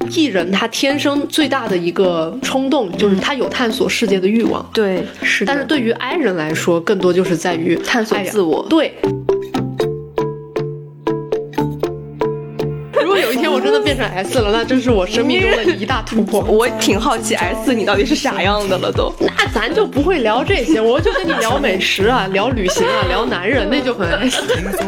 艺人他天生最大的一个冲动就是他有探索世界的欲望， 对，是的。 但是对于 I 人来说，更多就是在于探索自我。 对。如果有一天我真的变成 S 了，那真是我生命中的一大突破。 我挺好奇 S 你到底是啥样的了都。 那咱就不会聊这些，我就跟你聊美食啊，聊旅行啊，聊男人，那就很 S。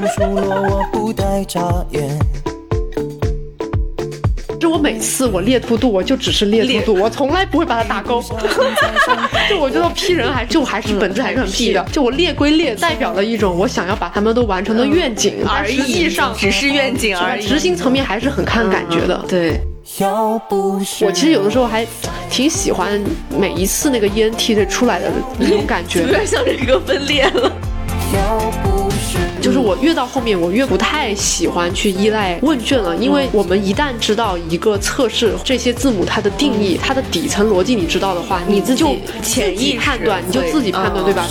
我每次我列凸度，我就只是列凸度，我从来不会把它打勾。就我觉得 P 人还是本质还是很 P 的。就我列归列，代表了一种我想要把他们都完成的愿景，而实际上只是愿景而已， 执行层面还是很看感觉的。 对。 我其实有的时候还挺喜欢每一次那个 ENTJ 出来的那种感觉， 有点像人格分裂了。 就是我越到后面我越不太喜欢去依赖问卷了，因为我们一旦知道一个测试这些字母它的定义，它的底层逻辑你知道的话，你自己潜意判断，你就自己判断，对吧？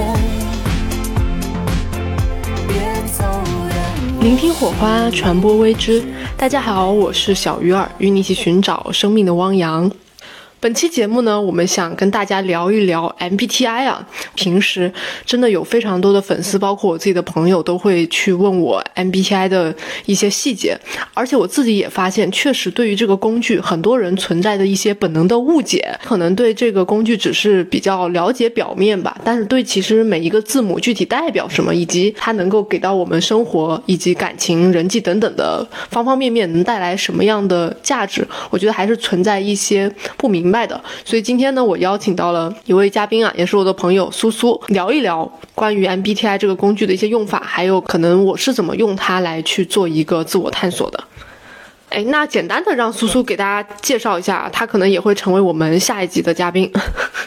聆听火花，传播微知。大家好，我是小鱼儿，与你一起寻找生命的汪洋。本期节目呢，我们想跟大家聊一聊 MBTI 啊。平时真的有非常多的粉丝，包括我自己的朋友，都会去问我 MBTI 的一些细节。而且我自己也发现，确实对于这个工具，很多人存在的一些本能的误解，可能对这个工具只是比较了解表面吧，但是对其实每一个字母具体代表什么，以及它能够给到我们生活以及感情、人际等等的方方面面能带来什么样的价值，我觉得还是存在一些不明白的。所以今天呢，我邀请到了一位嘉宾啊，也是我的朋友苏苏，聊一聊关于 MBTI 这个工具的一些用法，还有可能我是怎么用它来去做一个自我探索的。那简单的让苏苏给大家介绍一下，他可能也会成为我们下一集的嘉宾。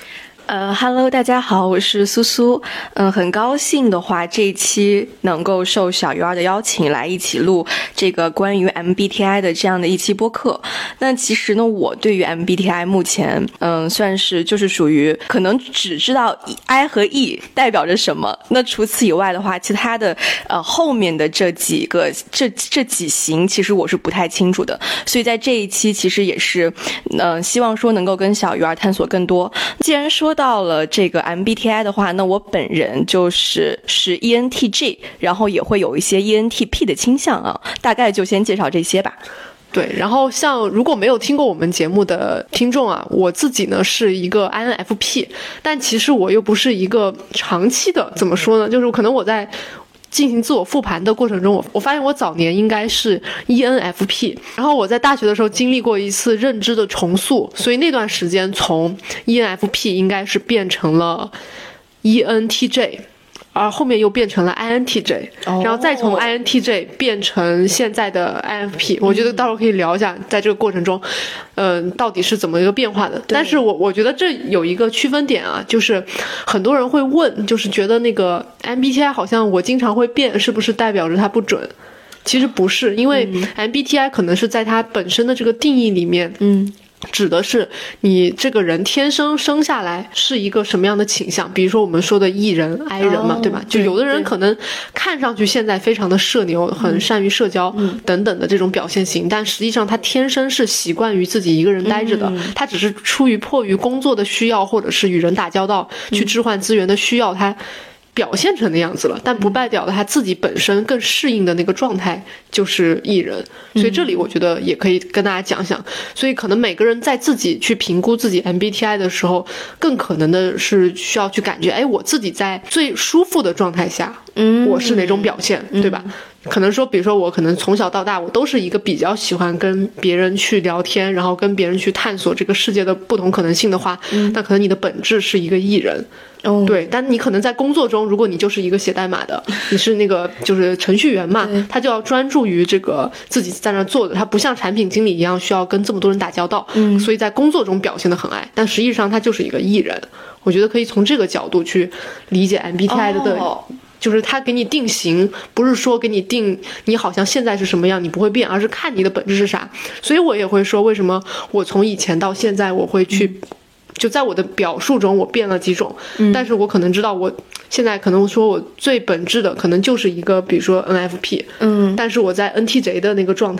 Hello， 大家好，我是苏苏。很高兴的话，这一期能够受小鱼儿的邀请来一起录这个关于 MBTI 的这样的一期播客。那其实呢，我对于 MBTI 目前，算是就是属于可能只知道 I 和 E 代表着什么。那除此以外的话，其他的后面的这几型，其实我是不太清楚的。所以在这一期，其实也是，希望说能够跟小鱼儿探索更多。既然说到了这个 MBTI 的话，那我本人是 ENTJ， 然后也会有一些 ENTP 的倾向啊，大概就先介绍这些吧。 对，然后像如果没有听过我们节目的听众啊，我自己呢是一个 INFP， 但其实我又不是一个长期的，怎么说呢，就是可能我在进行自我复盘的过程中，我发现我早年应该是 ENFP， 然后我在大学的时候经历过一次认知的重塑，所以那段时间从 ENFP 应该是变成了 ENTJ， 而后面又变成了 INTJ， 然后再从 INTJ 变成现在的 INFP， 我觉得到时候可以聊一下在这个过程中到底是怎么一个变化的。但是我觉得这有一个区分点啊，就是很多人会问，就是觉得那个 MBTI 好像我经常会变，是不是代表着它不准？其实不是，因为 MBTI 可能是在它本身的这个定义里面指的是你这个人天生生下来是一个什么样的倾向，比如说我们说的 E 人 I 人嘛，对吧？就有的人可能看上去现在非常的社牛，很善于社交等等的这种表现型，但实际上他天生是习惯于自己一个人待着的，他只是迫于工作的需要，或者是与人打交道去置换资源的需要，他表现成那样子了，但不代表他自己本身更适应的那个状态就是 E 人。所以这里我觉得也可以跟大家讲讲，所以可能每个人在自己去评估自己 MBTI 的时候，更可能的是需要去感觉，我自己在最舒服的状态下我是哪种表现，对吧？可能说比如说我可能从小到大我都是一个比较喜欢跟别人去聊天，然后跟别人去探索这个世界的不同可能性的话，那可能你的本质是一个 E 人。对，但你可能在工作中，如果你就是一个写代码的，你是那个就是程序员嘛，他就要专注于这个自己在那做的，他不像产品经理一样需要跟这么多人打交道，所以在工作中表现得很爱，但实际上他就是一个 E 人。我觉得可以从这个角度去理解 MBTI 的就是他给你定型，不是说给你定你好像现在是什么样你不会变，而是看你的本质是啥。所以我也会说为什么我从以前到现在我会去就在我的表述中我变了几种，但是我可能知道我现在可能说我最本质的可能就是一个比如说 NFP，但是我在 NTJ 的那个状态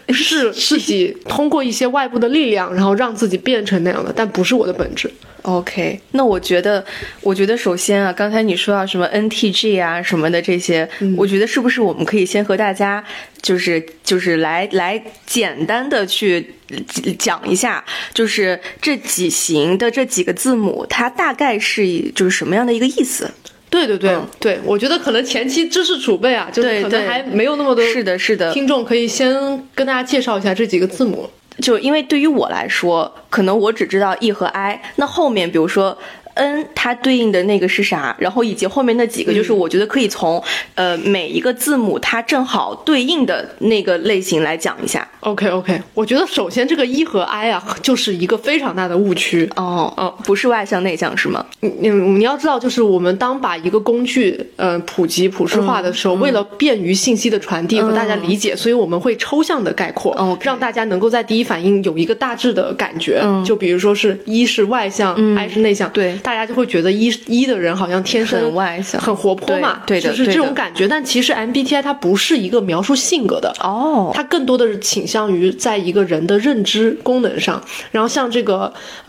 是自己通过一些外部的力量，然后让自己变成那样的，但不是我的本质。 OK， 那我觉得首先啊，刚才你说到什么 NTG 啊什么的这些，我觉得是不是我们可以先和大家就是来简单的去讲一下，就是这几行的这几个字母，它大概是就是什么样的一个意思？ 对对对、对，我觉得可能前期知识储备啊，就是可能还没有那么多。 是的， 听众可以先跟大家介绍一下这几个字母。 就因为对于我来说，可能我只知道 E 和 I， 那后面比如说 N 它对应的那个是啥，然后以及后面那几个，就是我觉得可以从每一个字母它正好对应的那个类型来讲一下。 OK， 我觉得首先这个 E 和 I 啊，就是一个非常大的误区。 不是外向内向是吗？ 你要知道，就是我们当把一个工具普世化的时候，为了便于信息的传递和大家理解，所以我们会抽象的概括，让大家能够在第一反应有一个大致的感觉。就比如说是E是外向，I 是内向， 对， 大家就会觉得E的人好像天生很外向、 很活泼嘛， 对的， 就是这种感觉。但其实 MBTI 它不是一个描述性格的，它更多的是倾向于在一个人的认知功能上。然后像这个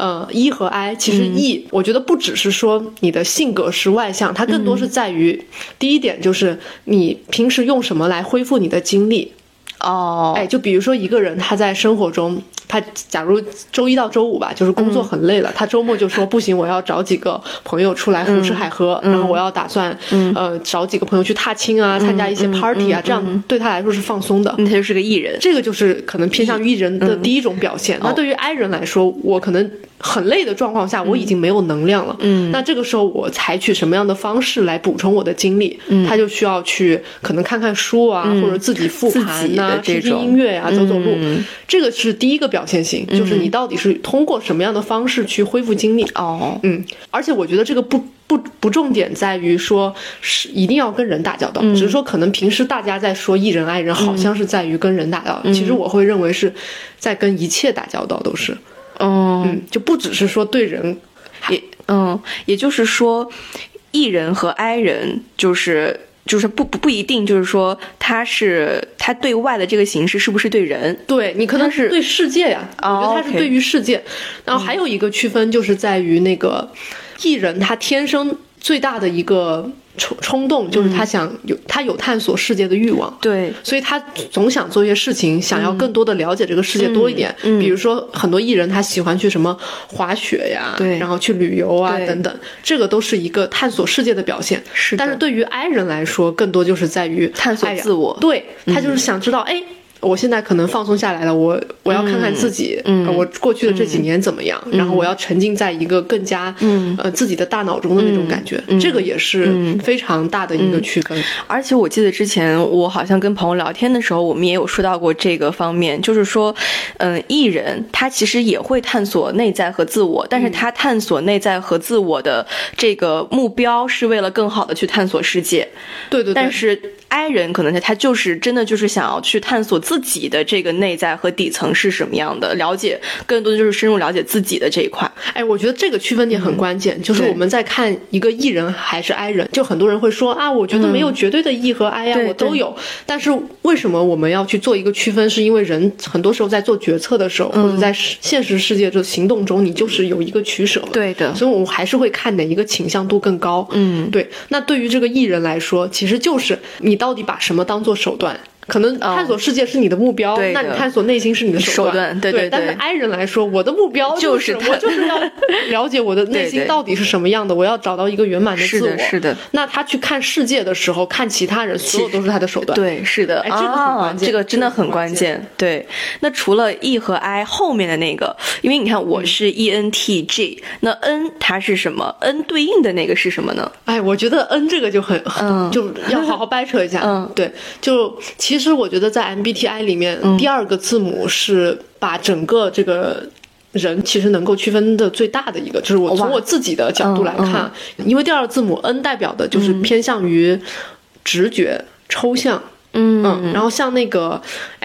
E 和 I， 其实 E，我觉得不只是说你的性格是外向，它更多是在于第一点就是你平时用什么来恢复你的精力。就比如说一个人他在生活中，他假如周一到周五吧，就是工作很累了，他周末就说不行，我要找几个朋友出来胡吃海喝，然后我要打算找几个朋友去踏青啊，参加一些 party 啊，这样对他来说是放松的。 他就是个 E 人， 这个就是可能偏向于 E 人的第一种表现。那对于 I 人来说，我可能很累的状况下，我已经没有能量了。那这个时候我采取什么样的方式来补充我的精力？他就需要去可能看看书啊，或者自己复盘啊，听听音乐啊，走走路。这个是第一个表现型，就是你到底是通过什么样的方式去恢复精力。而且我觉得这个不重点在于说是一定要跟人打交道，只是说可能平时大家在说E人 I 人，好像是在于跟人打交道，其实我会认为是在跟一切打交道都是。就不只是说对人， 也就是说 E 人和 I 人就是不一定就是说他对外的这个形式是不是对人， 对你可能是对世界呀，我觉得他是对于世界。然后还有一个区分就是在于那个 E 人他天生最大的一个冲动就是他有探索世界的欲望， 对， 所以他总想做一些事情，想要更多的了解这个世界多一点。比如说很多艺人他喜欢去什么滑雪呀， 对， 然后去旅游啊等等，这个都是一个探索世界的表现。 是的， 但是对于 I 人来说，更多就是在于探索自我。 对，他就是想知道，我现在可能放松下来了，我要看看自己，我过去的这几年怎么样，然后我要沉浸在一个更加自己的大脑中的那种感觉，这个也是非常大的一个区分。 而且我记得之前我好像跟朋友聊天的时候，我们也有说到过这个方面，就是说艺人他其实也会探索内在和自我，但是他探索内在和自我的这个目标是为了更好的去探索世界。 对， 但是I 人可能他就是真的就是想要去探索自己的这个内在和底层是什么样的，了解更多的就是深入了解自己的这一块。 我觉得这个区分点很关键，就是我们在看一个 E 人还是 I 人，就很多人会说啊，我觉得没有绝对的 E 和 I 啊，我都有。但是为什么我们要去做一个区分？是因为人很多时候在做决策的时候，或者在现实世界的行动中，你就是有一个取舍嘛。 对的， 所以我们还是会看哪一个倾向度更高。对。那对于这个 E 人来说，其实就是你到底把什么当做手段？可能探索世界是你的目标，那你探索内心是你的手段。 对。 但是 I 人来说，我的目标就是我就是要了解我的内心到底是什么样的，我要找到一个圆满的自我。 是的。 那他去看世界的时候，看其他人，所有都是他的手段。 对，是的。 这个很关键， 这个真的很关键。对。那除了 E 和 I 后面的那个，因为你看我是 ENTJ，那 N 它是什么 ？N 对应的那个是什么呢？ 我觉得 N 这个就很就要好好掰扯一下。对，就其实我觉得在 MBTI 里面，第二个字母是把整个这个人其实能够区分的最大的一个，就是我从我自己的角度来看，因为第二个字母 N 代表的就是偏向于直觉、抽象，然后像那个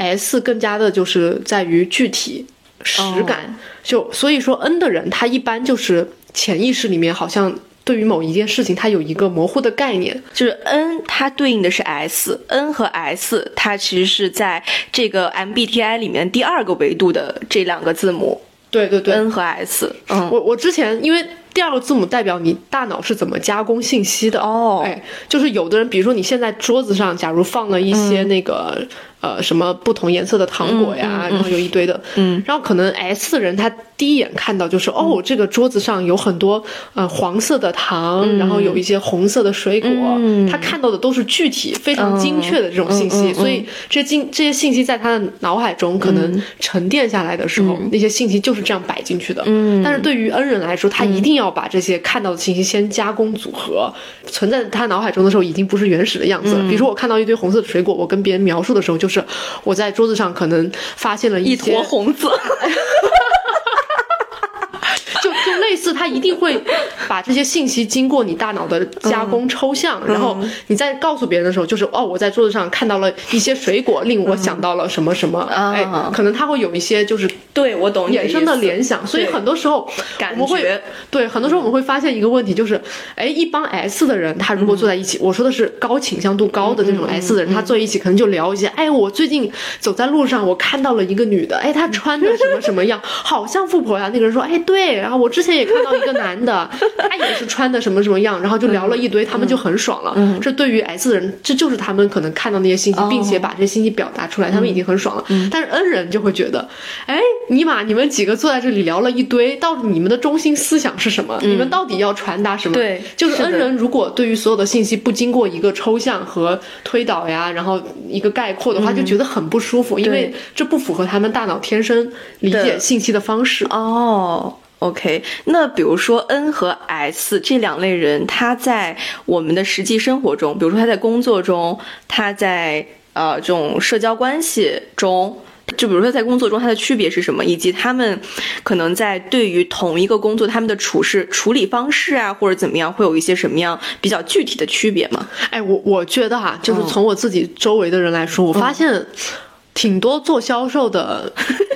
S 更加的就是在于具体、实感，所以说 N 的人他一般就是潜意识里面好像对于某一件事情它有一个模糊的概念。 就是 N 它对应的是 S，N 和 S 它其实是在这个 MBTI 里面第2个维度的这2个字母。 对对对 ，N 和 S。 我之前因为第2个字母代表你大脑是怎么加工信息的。就是有的人，比如说你现在桌子上假如放了一些那个什么不同颜色的糖果呀，然后有一堆的，然后可能 S 的人他第一眼看到就是这个桌子上有很多黄色的糖，然后有一些红色的水果，他看到的都是具体非常精确的这种信息，所以这些信息在他的脑海中可能沉淀下来的时候，那些信息就是这样摆进去的。但是对于 N 人来说，他一定要把这些看到的信息先加工组合，存在他脑海中的时候已经不是原始的样子了。比如说我看到一堆红色的水果，我跟别人描述的时候，就是我在桌子上可能发现了一坨红色就类似，他一定会把这些信息经过你大脑的加工抽象，然后你再告诉别人的时候，就是我在桌子上看到了一些水果，令我想到了什么什么，可能他会有一些就是对我懂衍生的联想，所以很多时候我们会很多时候我们会发现一个问题，就是一帮 S 的人，他如果坐在一起，我说的是高倾向度高的这种 S 的人，他坐在一起可能就聊一些，我最近走在路上，我看到了一个女的，她穿的什么什么样，好像富婆呀。那个人说，对，然后我之前也看到一个男的，他也是穿的什么什么样，然后就聊了一堆，他们就很爽了。这对于 S 的人，这就是他们可能看到那些信息，并且把这些信息表达出来，他们已经很爽了。但是 N 人就会觉得，你们几个坐在这里聊了一堆，到底你们的中心思想是什么？你们到底要传达什么？ 对， 就是 N 人如果对于所有的信息不经过一个抽象和推导呀，然后一个概括的话，就觉得很不舒服，因为这不符合他们大脑天生理解信息的方式。 OK， 那比如说 N 和 S 这2类人，他在我们的实际生活中，比如说他在工作中，他在这种社交关系中，就比如说在工作中他的区别是什么，以及他们可能在对于同一个工作他们的处理方式啊，或者怎么样，会有一些什么样比较具体的区别吗？ 我觉得就是从我自己周围的人来说，我发现挺多做销售的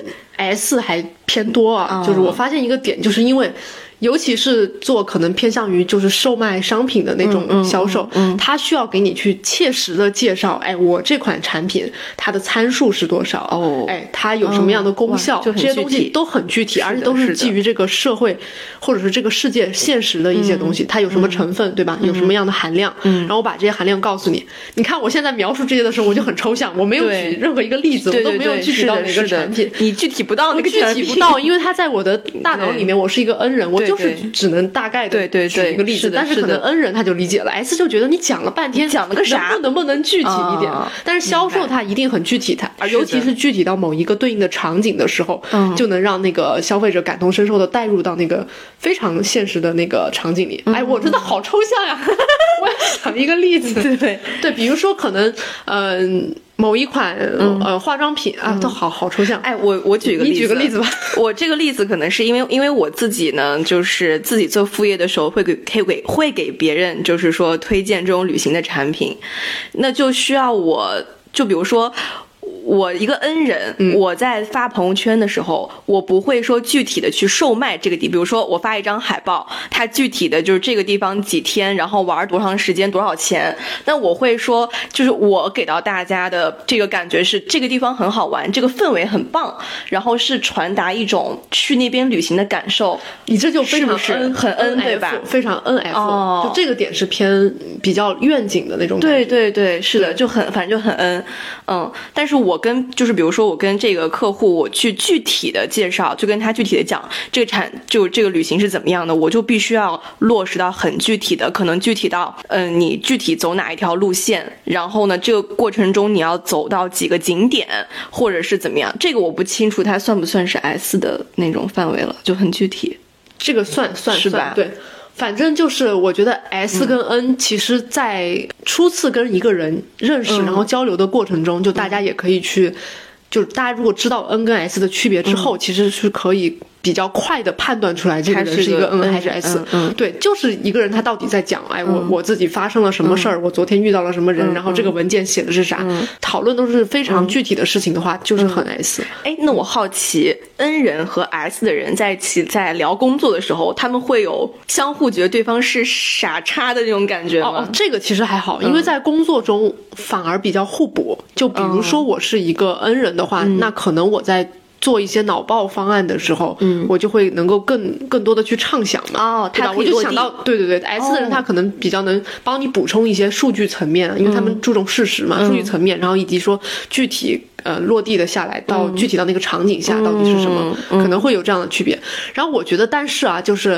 S 还偏多就是我发现一个点，就是因为尤其是做可能偏向于就是售卖商品的那种销售，他需要给你去切实的介绍，我这款产品它的参数是多少，它有什么样的功效，这些东西都很具体，而且都是基于这个社会或者是这个世界现实的一些东西，它有什么成分，对吧？有什么样的含量，然后我把这些含量告诉你。你看我现在描述这些的时候，我就很抽象，我没有举任何一个例子，我都没有具体到哪个产品， 你具体不到那个产品， 具体不到，因为它在我的大脑里面，我是一个 N 人，我就是只能大概的举一个例子，但是可能 N 人他就理解了 ，S 就觉得你讲了半天， 讲了个啥， 能不能具体一点？但是销售它一定很具体，而尤其是具体到某一个对应的场景的时候，就能让那个消费者感同身受的带入到那个非常现实的那个场景里。我真的好抽象呀！我要想一个例子，对，比如说可能某一款化妆品都好抽象。 我举个例子， 你举个例子吧。 我这个例子可能是因为我自己呢，就是自己做副业的时候会给别人就是说推荐这种旅行的产品，那就需要就比如说我一个 N 人，我在发朋友圈的时候，我不会说具体的去售卖这个地，比如说我发一张海报，它具体的就是这个地方几天，然后玩多长时间，多少钱。那我会说，就是我给到大家的这个感觉是这个地方很好玩，这个氛围很棒，然后是传达一种去那边旅行的感受。 你这就非常很 N 对吧？ 非常 NF，就这个点是偏比较愿景的那种感觉。对，是的，就反正就很 N。但是我就是比如说我跟这个客户我去具体的介绍，就跟他具体的讲这个旅行是怎么样的，我就必须要落实到很具体的，可能具体到你具体走哪一条路线，然后呢这个过程中你要走到几个景点或者是怎么样，这个我不清楚它算不算是 S 的那种范围了，就很具体。 这个算是吧？ 对。反正就是我觉得 S 跟 N 其实在初次跟一个人认识然后交流的过程中，就大家也可以去就是大家如果知道 N 跟 S 的区别之后，其实是可以比较快的判断出来这个人是一个 N 还是 S。对，就是一个人他到底在讲，哎，我自己发生了什么事儿，我昨天遇到了什么人，然后这个文件写的是啥，讨论都是非常具体的事情的话，就是很 S。 哎，那我好奇 N 人和 S 的人在一起在聊工作的时候，他们会有相互觉得对方是傻叉的那种感觉吗？ 这个其实还好，因为在工作中反而比较互补。就比如说我是一个 N 人的话，那可能我在做一些脑爆方案的时候，我就会能够更多的去畅想嘛，对吧？我就想到，对 ，S 的人他可能比较能帮你补充一些数据层面，因为他们注重事实嘛，数据层面，然后以及说具体落地的下来到具体到那个场景下到底是什么，可能会有这样的区别。然后我觉得，但是啊，就是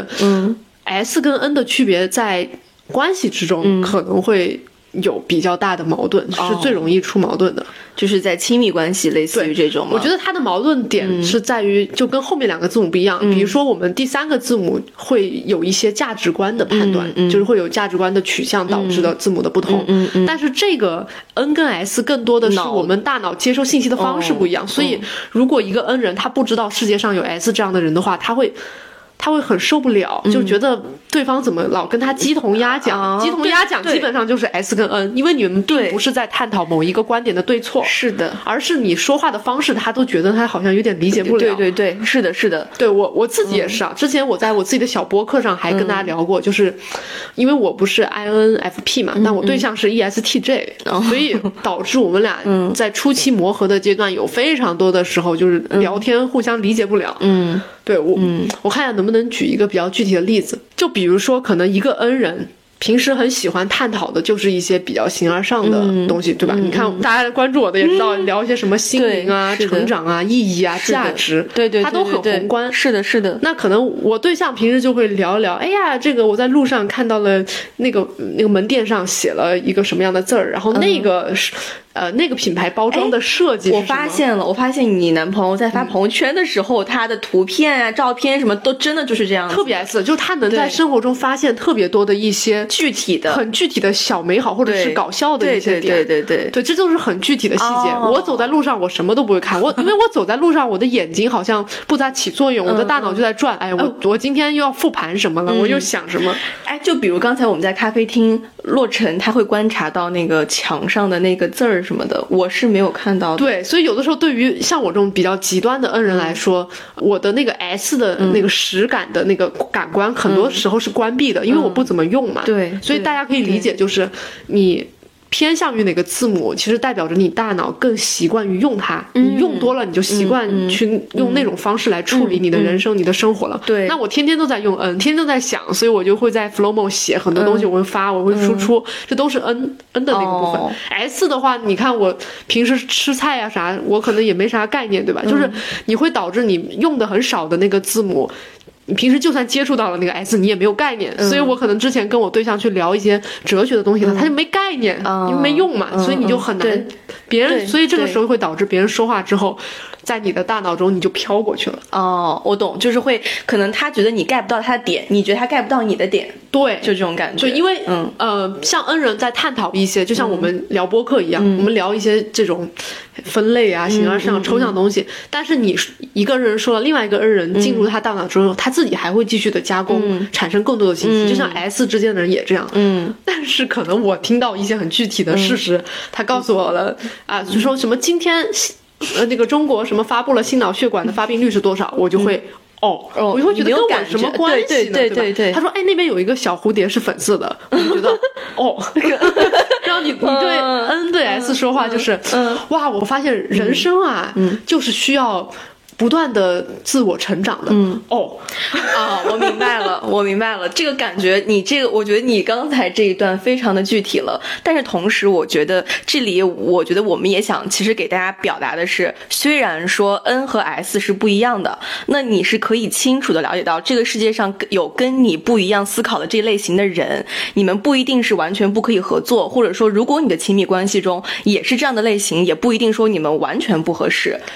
S 跟 N 的区别在关系之中可能会有比较大的矛盾，是最容易出矛盾的。 就是在亲密关系类似于这种吗？ 我觉得它的矛盾点是在于就跟后面2个字母不一样，比如说我们第3个字母会有一些价值观的判断，就是会有价值观的取向导致的字母的不同，但是这个 N 跟 S 更多的是我们大脑接收信息的方式不一样，所以如果一个 N 人他不知道世界上有 S 这样的人的话，他会很受不了，就觉得对方怎么老跟他鸡同鸭讲，鸡同鸭讲基本上就是 S 跟 N， 因为你们并不是在探讨某一个观点的对错， 是的， 而是你说话的方式他都觉得他好像有点理解不了。 对，是的，是的。 对，我自己也是啊，之前我在我自己的小播客上还跟大家聊过，就是因为我不是 INFP 嘛，但我对象是 ESTJ，所以导致我们俩在初期磨合的阶段有非常多的时候就是聊天互相理解不了。对，我看一下能不能举一个比较具体的例子，就比如说可能一个 N 人平时很喜欢探讨的就是一些比较形而上的东西，对吧？你看大家关注我的也知道，聊一些什么心灵啊、成长啊、意义啊、价值， 对， 它都很宏观。 是的，是的。 那可能我对象平时就会聊一聊，哎呀，这个我在路上看到了那个门店上写了一个什么样的字儿，然后那个是。那个品牌包装的设计是什么？ 我发现你男朋友在发朋友圈的时候，他的图片啊、照片什么都真的就是这样， 特别 S， 就是他能在生活中发现特别多的一些具体的、 很具体的小美好，或者是搞笑的一些点。 对， 这就是很具体的细节。我走在路上，我什么都不会看，因为我走在路上，我的眼睛好像不咋起作用，我的大脑就在转。哎，我今天又要复盘什么了，我又想什么。 哎，就比如刚才我们在咖啡厅，洛晨他会观察到那个墙上的那个字儿什么的，我是没有看到的。 对，所以有的时候对于像我这种比较极端的 N 人来说，我的那个 S 的那个实感的那个感官很多时候是关闭的，因为我不怎么用嘛。 对， 所以大家可以理解，就是你偏向于哪个字母，其实代表着你大脑更习惯于用它。你用多了，你就习惯去用那种方式来处理你的人生、你的生活了。 对， 那我天天都在用 N， 天天都在想，所以我就会在 Flowmo 写很多东西，我会发，我会输出，这都是 N 的那个部分。S 的话，你看我平时吃菜啊啥，我可能也没啥概念，对吧？就是你会导致你用的很少的那个字母。你平时就算接触到了那个 S， 你也没有概念，所以我可能之前跟我对象去聊一些哲学的东西呢，他就没概念，因为没用嘛，所以你就很难别人，所以这个时候会导致别人说话之后，在你的大脑中你就飘过去了。 我懂，就是会可能他觉得你 get 不到他的点，你觉得他 get 不到你的点， 对， 就这种感觉。 就因为像 N 人在探讨一些，就像我们聊播客一样，我们聊一些这种分类啊、形而上、抽象的东西，但是你一个人说了，另外一个 N 人进入他大脑之后，他自己还会继续的加工，产生更多的信息，就像 S 之间的人也这样。但是可能我听到一些很具体的事实，他告诉我了啊，就说什么今天那个中国什么发布了心脑血管的发病率是多少，我就会。我就会觉得跟我什么关系呢？ 对， 他说：“哎，那边有一个小蝴蝶是粉色的。”我就觉得然后你对 N 对 S 说话就是，哇！我发现人生啊，就是需要不断的自我成长的。 我明白了，这个感觉，你这个，我觉得你刚才这一段非常的具体了，但是同时，我觉得这里，我觉得我们也想，其实给大家表达的是，虽然说 N 和 S 是不一样的，那你是可以清楚的了解到，这个世界上有跟你不一样思考的这类型的人，你们不一定是完全不可以合作，或者说，如果你的亲密关系中也是这样的类型，也不一定说你们完全不合适。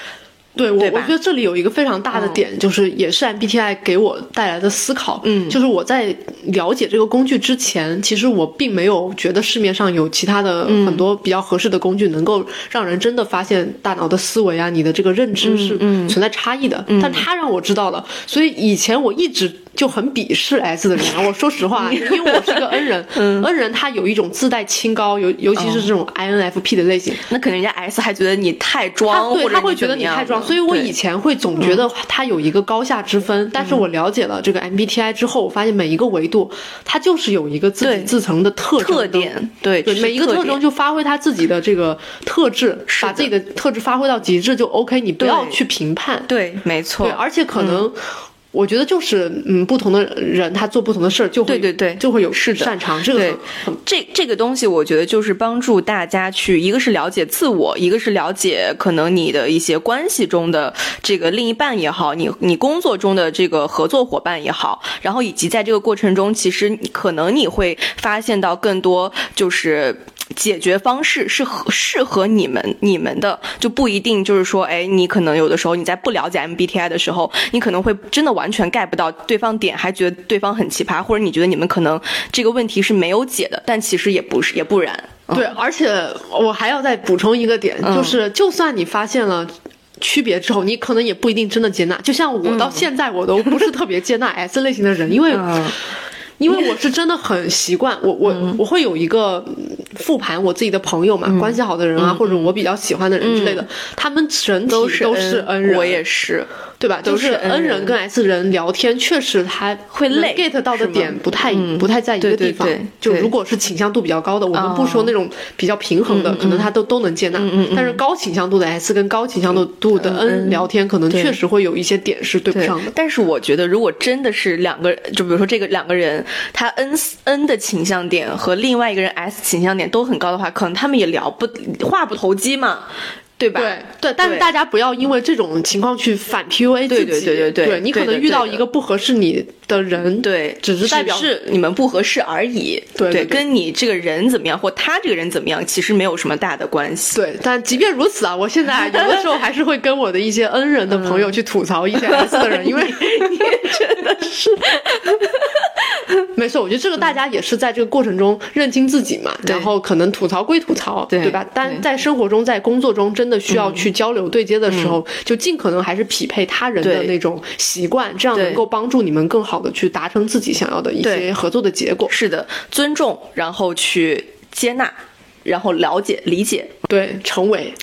对，我觉得这里有一个非常大的点，就是也是 MBTI 给我带来的思考。就是我在了解这个工具之前，其实我并没有觉得市面上有其他的很多比较合适的工具能够让人真的发现大脑的思维啊，你的这个认知是存在差异的。但它让我知道了，所以以前我一直就很鄙视 S 的人啊。我说实话，因为我是个 N 人，N 人他有一种自带清高，尤其是这种 INFP 的类型。 那可能人家 S 还觉得你太装， 对，他会觉得你太装。所以我以前会总觉得它有一个高下之分，但是我了解了这个 MBTI 之后，我发现每一个维度它就是有一个自己自成的特点， 对， 每一个特征就发挥它自己的这个特质，把自己的特质发挥到极致就 OK， 你不要去评判。 对，没错。 对，而且可能。我觉得就是不同的人他做不同的事儿就会对就会有擅长这个这个东西，我觉得就是帮助大家去，一个是了解自我，一个是了解可能你的一些关系中的这个另一半也好，你工作中的这个合作伙伴也好，然后以及在这个过程中，其实可能你会发现到更多就是解决方式是适合你们的，就不一定就是说，你可能有的时候你在不了解 MBTI 的时候，你可能会真的完全 get 不到对方点，还觉得对方很奇葩，或者你觉得你们可能这个问题是没有解的，但其实也不然。 对，而且我还要再补充一个点，就是就算你发现了区别之后，你可能也不一定真的接纳。就像我到现在我都不是特别接纳 S 类型的人，因为我是真的很习惯，我会有一个复盘我自己的朋友嘛，关系好的人啊，或者我比较喜欢的人之类的，他们整体都是 N 人， 我也是， 对吧？就是 N 人跟 S 人聊天，确实他会累 ，get 到的点不太在一个地方。就如果是倾向度比较高的，我们不说那种比较平衡的，可能他都能接纳。但是高倾向度的 S 跟高倾向度的 N 聊天，可能确实会有一些点是对不上的。 但是我觉得，如果真的是两个，就比如说这个两个人，他 N 的倾向点和另外一个人 S 倾向点都很高的话，可能他们也话不投机嘛。对吧？ 对，但是大家不要因为这种情况去反 PUA 自己。对，你可能遇到一个不合适你的人， 对， 只是代表是你们不合适而已。 对， 跟你这个人怎么样，或他这个人怎么样，其实没有什么大的关系。 对，但即便如此啊，我现在有的时候还是会跟我的一些 N 人的朋友去吐槽一些 S 的人，因为你真的是。 没错，我觉得这个大家也是在这个过程中认清自己嘛，然后可能吐槽归吐槽，对吧？但在生活中，在工作中，真的需要去交流对接的时候，就尽可能还是匹配他人的那种习惯，这样能够帮助你们更好的去达成自己想要的一些合作的结果。 是的，尊重，然后去接纳，然后了解、理解， 对，成为。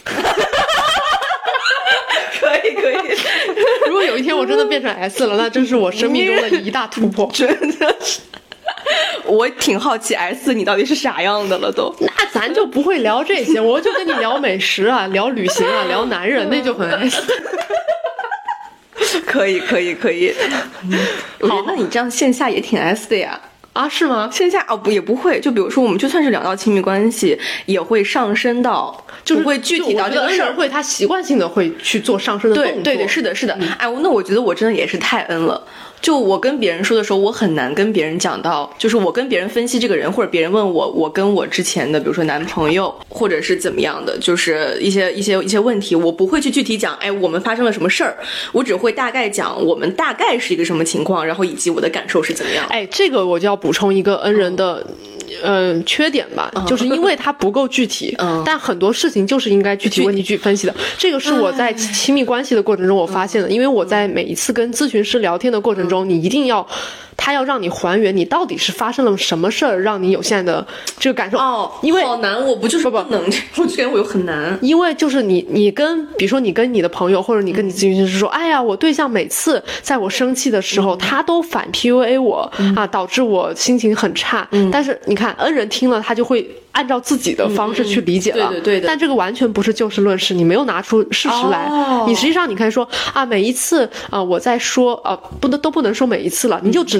可以。 如果有一天我真的变成 S 了，那真是我生命中的一大突破。 真的是，我挺好奇 S 你到底是啥样的了都。 那咱就不会聊这些，我就跟你聊美食啊，聊旅行啊，聊男人，那就很 S。 可以。好，那你这样线下也挺 S 的呀。 啊，是吗？ 线下也不会，就比如说我们就算是聊到亲密关系，也会上升到，就是会具体到这个事儿， 会他习惯性的会去做上升的动作。 对，是的。那我觉得我真的也是太 N 了。就我跟别人说的时候，我很难跟别人讲到，就是我跟别人分析这个人，或者别人问我跟我之前的，比如说男朋友，或者是怎么样的，就是一些问题，我不会去具体讲，我们发生了什么事儿，我只会大概讲我们大概是一个什么情况，然后以及我的感受是怎么样。 这个我就要补充一个 N 人的。缺点吧，就是因为它不够具体，但很多事情就是应该具体问题去分析的。这个是我在亲密关系的过程中我发现的，因为我在每一次跟咨询师聊天的过程中，你一定要他要让你还原你到底是发生了什么事儿，让你有现在的这个感受。因为好难，我不就是不能，我觉得我又很难。 因为就是你跟比如说你跟你的朋友或者你跟你咨询师说，哎呀，我对象每次在我生气的时候，他都反 PUA 我啊，导致我心情很差。但是你看 N 人听了他就会按照自己的方式去理解了， 对的。 但这个完全不是就事论事，你没有拿出事实来。你实际上你可以说啊，每一次我在说都不能说每一次了，你就只能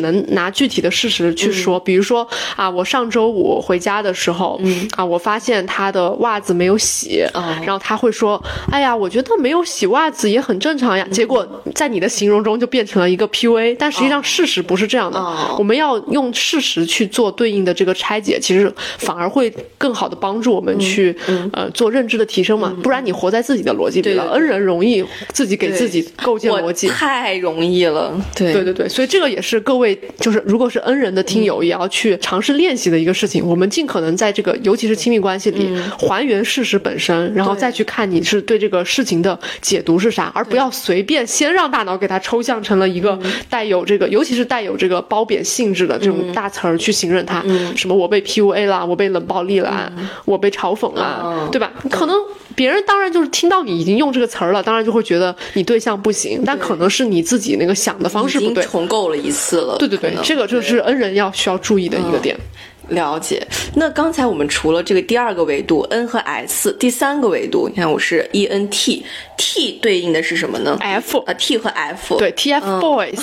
能拿具体的事实去说，比如说啊，我上周五回家的时候，我发现他的袜子没有洗，然后他会说，哎呀，我觉得没有洗袜子也很正常呀。结果在你的形容中就变成了一个 PUA， 但实际上事实不是这样的。我们要用事实去做对应的这个拆解，其实反而会更好的帮助我们去做认知的提升嘛。不然你活在自己的逻辑里了，恩人容易自己给自己构建逻辑， 太容易了。 对，所以这个也是各位就是如果是恩人的听友也要去尝试练习的一个事情。我们尽可能在这个尤其是亲密关系里还原事实本身，然后再去看你是对这个事情的解读是啥，而不要随便先让大脑给它抽象成了一个带有这个尤其是带有这个褒贬性质的这种大词儿去形容它，什么我被 PUA 啦，我被冷暴力啦，我被嘲讽啦，对吧？可能别人当然就是听到你已经用这个词儿了，当然就会觉得你对象不行，但可能是你自己那个想的方式不对， 已经重构了一次了。 对，这个就是恩人需要注意的一个点。 了解。那刚才我们除了这个第二个维度 N 和 S， 第三个维度，你看我是 ENT，T 对应的是什么呢？ F，T 和 F， 对 TF Boys。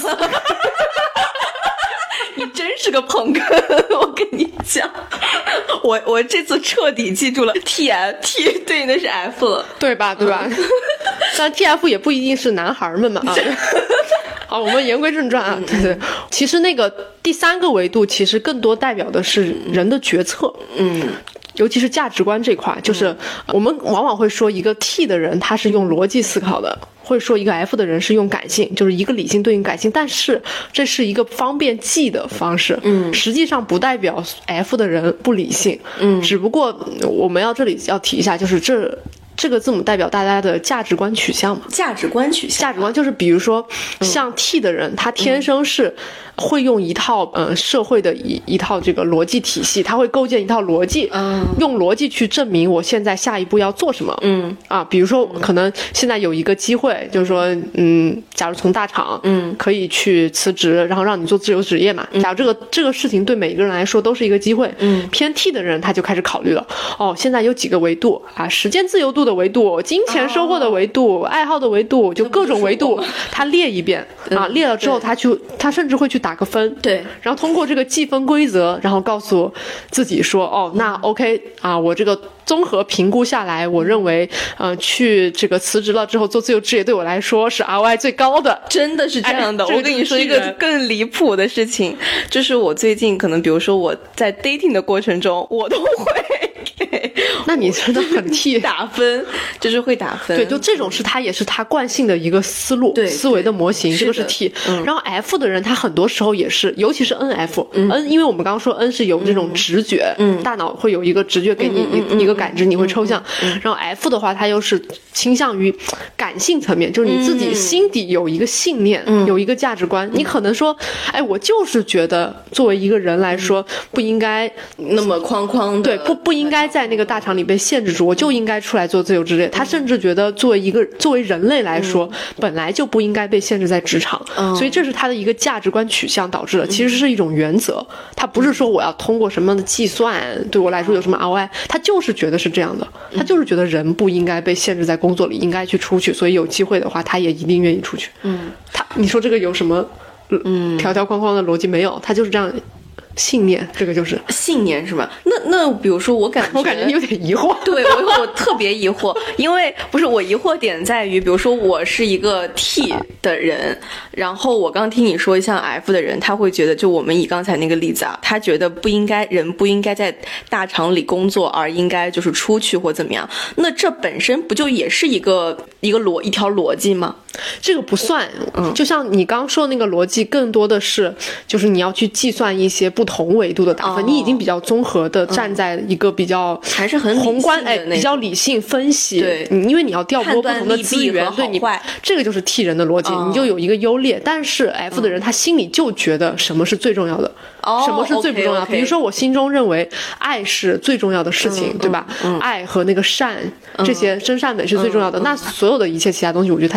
你真是个捧哏，我跟你讲，我这次彻底记住了 T 对应的是 F 了， 对吧？但 TF 也不一定是男孩们嘛啊。好，我们言归正传啊。对，其实那个第三个维度其实更多代表的是人的决策，尤其是价值观这块，就是我们往往会说一个 T 的人他是用逻辑思考的，会说一个 F 的人是用感性，就是一个理性对应感性，但是这是一个方便记的方式，实际上不代表 F 的人不理性，只不过我们这里要提一下，就是这个字母代表大家的价值观取向嘛？价值观就是比如说像 T 的人，他天生是会用一套社会的一套这个逻辑体系，他会构建一套逻辑，用逻辑去证明我现在下一步要做什么。比如说可能现在有一个机会，就是说假如从大厂可以去辞职，然后让你做自由职业嘛。假如这个事情对每一个人来说都是一个机会，偏 T 的人他就开始考虑了，现在有几个维度啊，时间自由度的维度，金钱收获的维度，爱好的维度，就各种维度他列一遍啊，列了之后他甚至会去打个分， 对， 然后通过这个计分规则，然后告诉自己说，那 OK 啊，我这个综合评估下来，我认为去这个辞职了之后做自由职业对我来说是 ROI 最高的。 真的是这样的。我跟你说一个更离谱的事情，就是我最近可能比如说我在 dating 的过程中，我都会给， 那你真的很T 打分，就是会打分。 对，就这种也是他惯性的一个思路，思维的模型，这个是 T。然后 F 的人他很多时候也是，尤其是 N，因为我们刚刚说 N 是有这种直觉，大脑会有一个直觉给你一个感知，你会抽象。然后 F 的话，他又是倾向于感性层面，就是你自己心底有一个信念，有一个价值观。你可能说，我就是觉得作为一个人来说，不应该那么框框的， 对，不应该在那个大厂里被限制住，我就应该出来做自由职业。他甚至觉得作为人类来说，本来就不应该被限制在职场，所以这是他的一个价值观取向导致的，其实是一种原则。他不是说我要通过什么的计算对我来说有什么 ROI， 他就是觉得是这样的，他就是觉得人不应该被限制在工作里，应该去出去，所以有机会的话，他也一定愿意出去。你说这个有什么条条框框的逻辑没有？他就是这样。信念，这个就是信念是吧？那比如说我感觉你有点疑惑。 对，我特别疑惑，因为不是我疑惑点在于，比如说我是一个 T 的人，然后我刚听你说像 F 的人，他会觉得就我们以刚才那个例子啊，他觉得人不应该在大厂里工作，而应该就是出去或怎么样。那这本身不就也是一条逻辑吗？ 这个不算，就像你刚说的那个逻辑，更多的是就是你要去计算一些不同维度的打分，你已经比较综合的站在一个比较还是很宏观比较理性分析， 对， 因为你要调拨不同的资源，对你这个就是 T 人的逻辑，你就有一个优劣。但是 F 的人他心里就觉得什么是最重要的，什么是最不重要的。比如说我心中认为爱是最重要的事情，对吧？爱和那个善这些真善美是最重要的，那所有的一切其他东西，我觉得它在下面。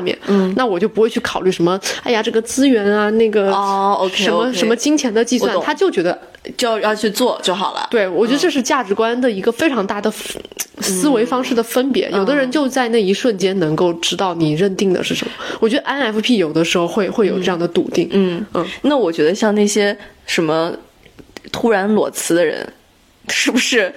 面，那我就不会去考虑什么，哎呀，这个资源啊，那个什么金钱的计算，他就觉得就要去做就好了。 对，我觉得这是价值观的一个非常大的思维方式的分别。有的人就在那一瞬间能够知道你认定的是什么。我觉得 INFP 有的时候会有这样的笃定。 那我觉得像那些什么突然裸辞的人，是不是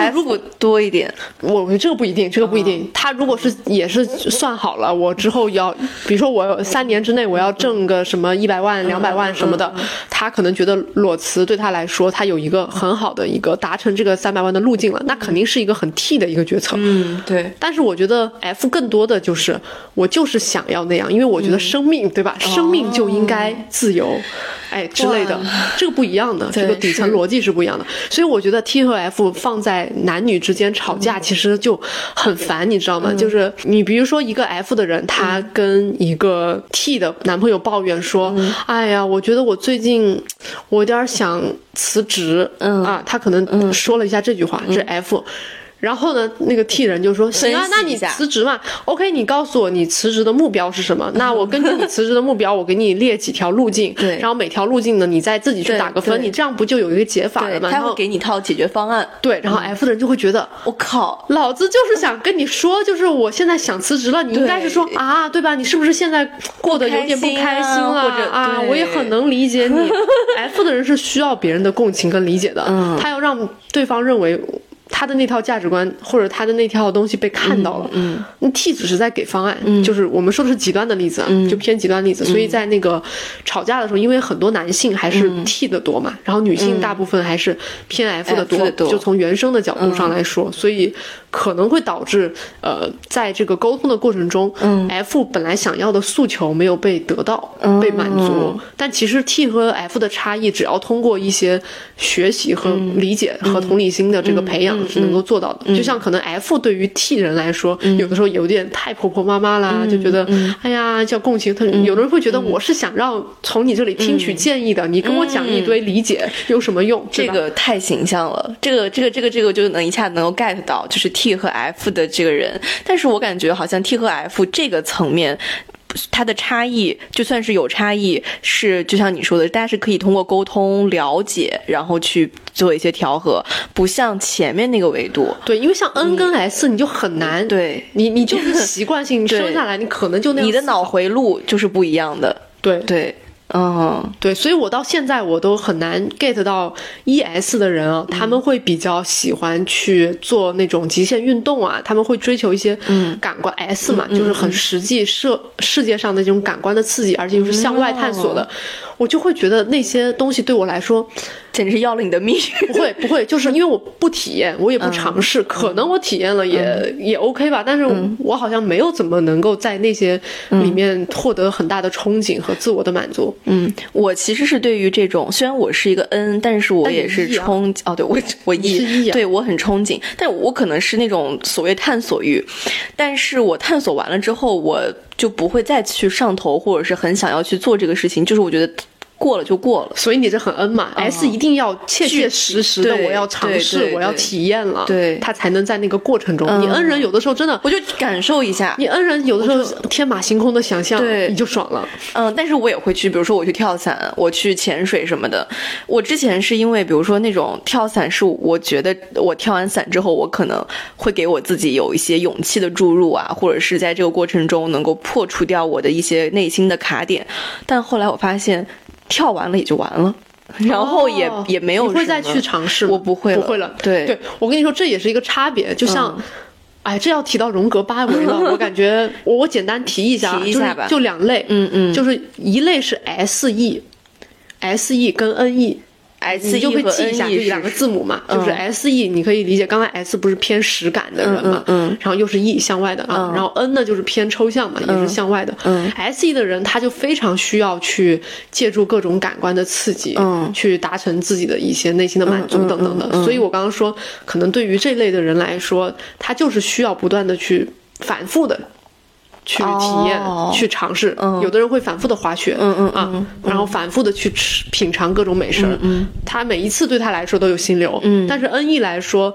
F 多一点？ 我觉得这个不一定，他如果是也是算好了，我之后要，比如说我3年之内我要挣个什么100万、200万什么的，他可能觉得裸辞对他来说，他有一个很好的一个达成这个300万的路径了，那肯定是一个很 T 的一个决策。 对。 但是我觉得 F 更多的就是我就是想要那样，因为我觉得生命，对吧？生命就应该自由，之类的，这个不一样的，这个底层逻辑是不一样的。所以我觉得 T 和 F 放在男女之间吵架其实就很烦，你知道吗？就是你比如说一个 F 的人，他跟一个 T 的男朋友抱怨说，哎呀，我觉得我最近我有点想辞职，他可能说了一下这句话，这是 F。然后呢，那个 T 人就说行啊，那你辞职嘛 OK， 你告诉我你辞职的目标是什么，那我根据你辞职的目标我给你列几条路径， 对， 然后每条路径呢你再自己去打个分，你这样不就有一个解法了吗？ 他会给你一套解决方案。 对，然后 F 的人就会觉得我靠， 老子就是想跟你说，就是我现在想辞职了，你应该是说啊，对吧？你是不是现在过得有点不开心了？ 或者啊，我也很能理解你。F 的人是需要别人的共情跟理解的，他要让对方认为他的那套价值观或者他的那条东西被看到了。T 只是在给方案，就是我们说的是极端的例子，就偏极端例子。所以在那个吵架的时候，因为很多男性还是 T 的多嘛，然后女性大部分还是偏 F 的多，就从原生的角度上来说，所以可能会导致在这个沟通的过程中，F 本来想要的诉求没有被得到，被满足。但其实 T 和 F 的差异，只要通过一些学习和理解和同理心的这个培养是能够做到的。就像可能 F 对于 T 人来说，有的时候有点太婆婆妈妈啦，就觉得哎呀叫共情。有的人会觉得我是想让从你这里听取建议的，你跟我讲一堆理解有什么用？ 这个太形象了，这个就能一下子能够 get 到，就是 T 和 F 的这个人。但是我感觉好像 T 和 F 这个层面，它的差异就算是有差异，是就像你说的，大家是可以通过沟通了解，然后去做一些调和，不像前面那个维度。 对，因为像 N 跟 S 你就很难， 对你就是习惯性生下来你可能就那样， 你的脑回路就是不一样的。 对对。 对，所以我到现在我都很难 get 到 ES 的人啊，他们会比较喜欢去做那种极限运动啊，他们会追求一些感官。S 嘛，就是很实际世界上的这种感官的刺激，而且又是向外探索的。我就会觉得那些东西对我来说简直是要了你的命。 不会，就是因为我不体验，我也不尝试，可能我体验了也 OK 吧，但是我好像没有怎么能够在那些里面获得很大的憧憬和自我的满足。 我其实是对于这种，虽然我是一个 N， 但是我也是憧憬。对，我 E， 对，我很憧憬，但我可能是那种所谓探索欲，但是我探索完了之后，我就不会再去上头，或者是很想要去做这个事情，就是我觉得过了就过了。 所以你这很 N 嘛，S 一定要切切实实的，我要尝试，我要体验了， 对， 他才能在那个过程中。你 N 人有的时候真的， 我就感受一下。 你 N 人有的时候天马行空的想象，你就爽了。 但是我也会去，比如说我去跳伞，我去潜水什么的。我之前是因为，比如说那种跳伞是我觉得我跳完伞之后，我可能会给我自己有一些勇气的注入啊，或者是在这个过程中能够破除掉我的一些内心的卡点。但后来我发现，跳完了也就完了，然后也没有。 你会再去尝试吗？ 我不会了。 对，我跟你说，这也是一个差别。就像，这要提到荣格8维了，我感觉我简单提一下吧，就2类，就是一类是 SE 跟 NE。你就会记一下，就2个字母嘛，就是 SE， 你可以理解，刚才 S 不是偏实感的人嘛，然后又是 E 向外的啊，然后 N 呢就是偏抽象嘛，也是向外的。SE 的人他就非常需要去借助各种感官的刺激，去达成自己的一些内心的满足等等的。所以我刚刚说，可能对于这类的人来说，他就是需要不断的去反复的去体验，去尝试。有的人会反复的滑雪，然后反复的去品尝各种美食。他每一次对他来说都有心流。但是 NE 来说，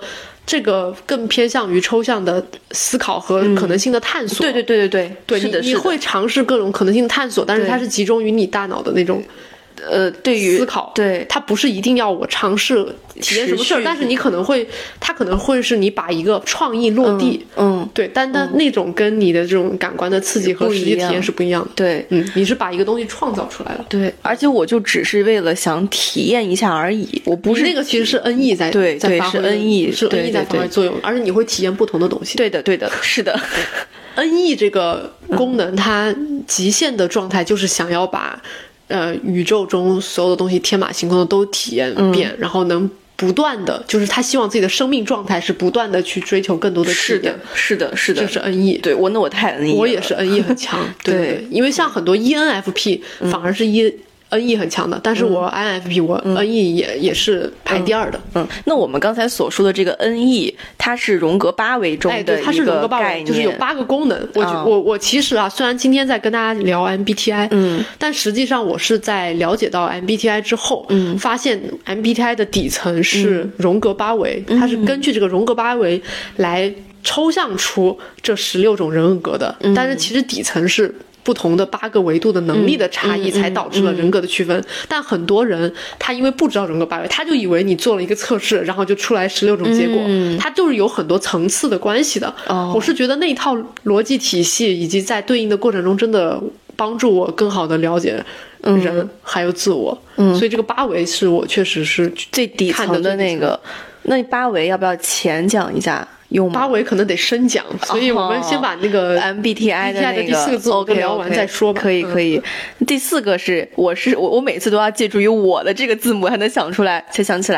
这个更偏向于抽象的思考和可能性的探索。 对，是的， 你会尝试各种可能性的探索，但是它是集中于你大脑的那种。对于思考， 对， 它不是一定要我尝试体验什么事儿，但是你可能会，它可能会是你把一个创意落地，对，但那种跟你的这种感官的刺激和实际体验是不一样的， 对， 你是把一个东西创造出来了， 对，而且我就只是为了想体验一下而已，我不是那个其实是 NE 在对发挥， 是 NE 是 NE 在发挥作用，而且你会体验不同的东西， 对的，是的。 NE 这个功能，它极限的状态就是想要把。宇宙中所有的东西天马行空的都体验遍，然后能不断的，就是他希望自己的生命状态是不断的去追求更多的体验。 是的， 这是 NE。 对，那我太 NE 了。 我也是 NE 很强。对，因为像很多 ENFP 反而是NE 很强的，但是我 INFP 我 NE 也是排第二的。 那我们刚才所说的这个 NE， 它是荣格8维中的它是荣格8维，就是有8个功能。我其实啊，虽然今天在跟大家聊 MBTI，但实际上我是在了解到 MBTI 之后，发现 MBTI 的底层是荣格8维，它是根据这个荣格8维来抽象出这16种人格的，但是其实底层是。不同的8个维度的能力的差异，才导致了人格的区分。但很多人他因为不知道人格8维，他就以为你做了一个测试，然后就出来16种结果，他就是有很多层次的关系的。我是觉得那一套逻辑体系以及在对应的过程中，真的帮助我更好的了解人还有自我。所以这个8维是我确实是最底层的那个。那8维要不要浅讲一下？用 8维可能得深讲，所以我们先把那个 MBTI 的第4个字母聊完再说吧。 可以。第4个是我每次都要借助于我的这个字母才能想起来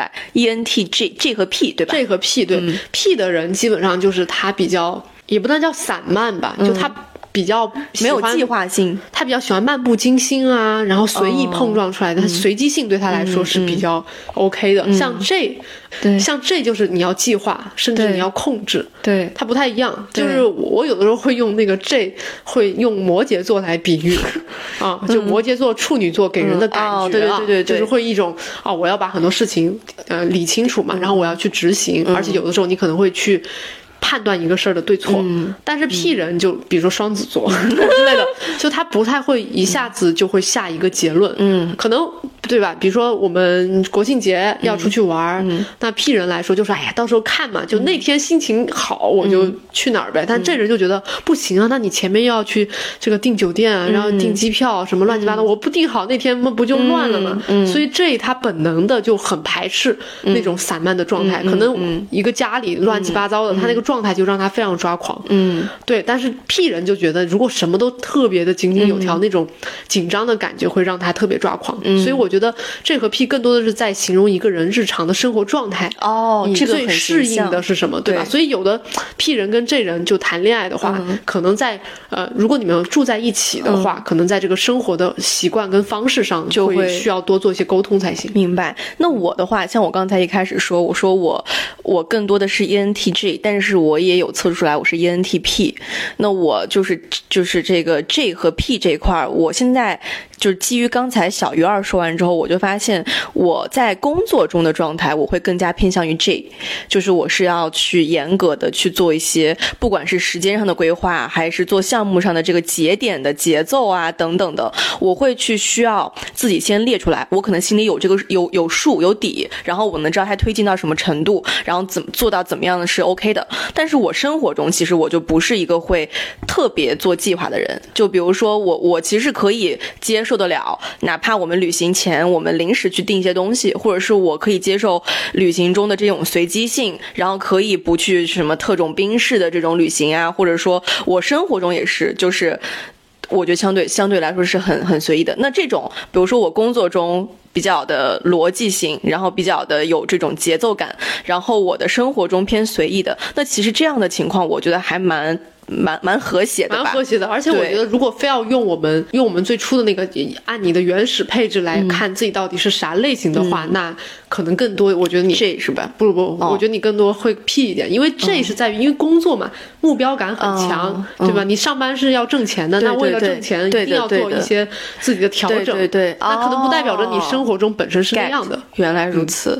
ENTJ 和 P 对吧 ？J 和 P 对，P 的人基本上就是他比较也不能叫散漫吧，就他。比较没有计划性， 他比较喜欢漫不经心啊，然后随意碰撞出来的，随机性对他来说是比较 OK 的。像 J， 像 J 就是你要计划，甚至你要控制， 对， 它不太一样。就是我有的时候会用那个 J， 会用摩羯座来比喻啊，就摩羯座、处女座给人的感觉啊， 对， 就是会一种我要把很多事情理清楚嘛，然后我要去执行，而且有的时候你可能会去。判断一个事儿的对错，但是 P 人就比如说双子座之类的，就他不太会一下子就会下一个结论，可能对吧？比如说我们国庆节要出去玩，那 P 人来说就是哎呀，到时候看嘛，就那天心情好我就去哪儿呗。但这人就觉得不行啊，那你前面要去这个订酒店啊，然后订机票什么乱七八糟，我不订好那天不就乱了吗？所以这他本能的就很排斥那种散漫的状态，可能一个家里乱七八糟的，他那个状态就让他非常抓狂。对，但是 P 人就觉得如果什么都特别的井井有条，那种紧张的感觉会让他特别抓狂。所以我觉得这和 P 更多的是在形容一个人日常的生活状态。你最适应的是什么，对吧？所以有的 P 人跟 J 人就谈恋爱的话，可能在如果你们住在一起的话，可能在这个生活的习惯跟方式上就会需要多做一些沟通才行。 明白。那我的话，像我刚才一开始说，我说我更多的是 ENTJ， 但是我也有测出来我是 ENTP。那我就是这个 J 和 P 这一块，我现在就是基于刚才小鱼儿说完之后，我就发现我在工作中的状态，我会更加偏向于 J， 就是我是要去严格的去做一些，不管是时间上的规划，还是做项目上的这个节点的节奏啊等等的，我会去需要自己先列出来，我可能心里有这个有数有底，然后我能知道它推进到什么程度，然后怎么做到怎么样的是 OK 的。但是我生活中其实我就不是一个会特别做计划的人，就比如说我其实可以接受得了，哪怕我们旅行前我们临时去订一些东西，或者是我可以接受旅行中的这种随机性，然后可以不去什么特种兵式的这种旅行啊，或者说我生活中也是，就是我觉得相对来说是很随意的。那这种比如说我工作中比较的逻辑性，然后比较的有这种节奏感，然后我的生活中偏随意的，那其实这样的情况我觉得还蛮和谐的吧， 蛮和谐的。而且我觉得如果非要用我们最初的那个按你的原始配置来看自己到底是啥类型的话，那可能更多我觉得你 J 是吧？ 不，我觉得你更多会 P 一点，因为 J 是在于因为工作嘛，目标感很强，对吧？你上班是要挣钱的，那为了挣钱一定要做一些自己的调整， 对， 那可能不代表着你生活中本身是那样的。 原来如此。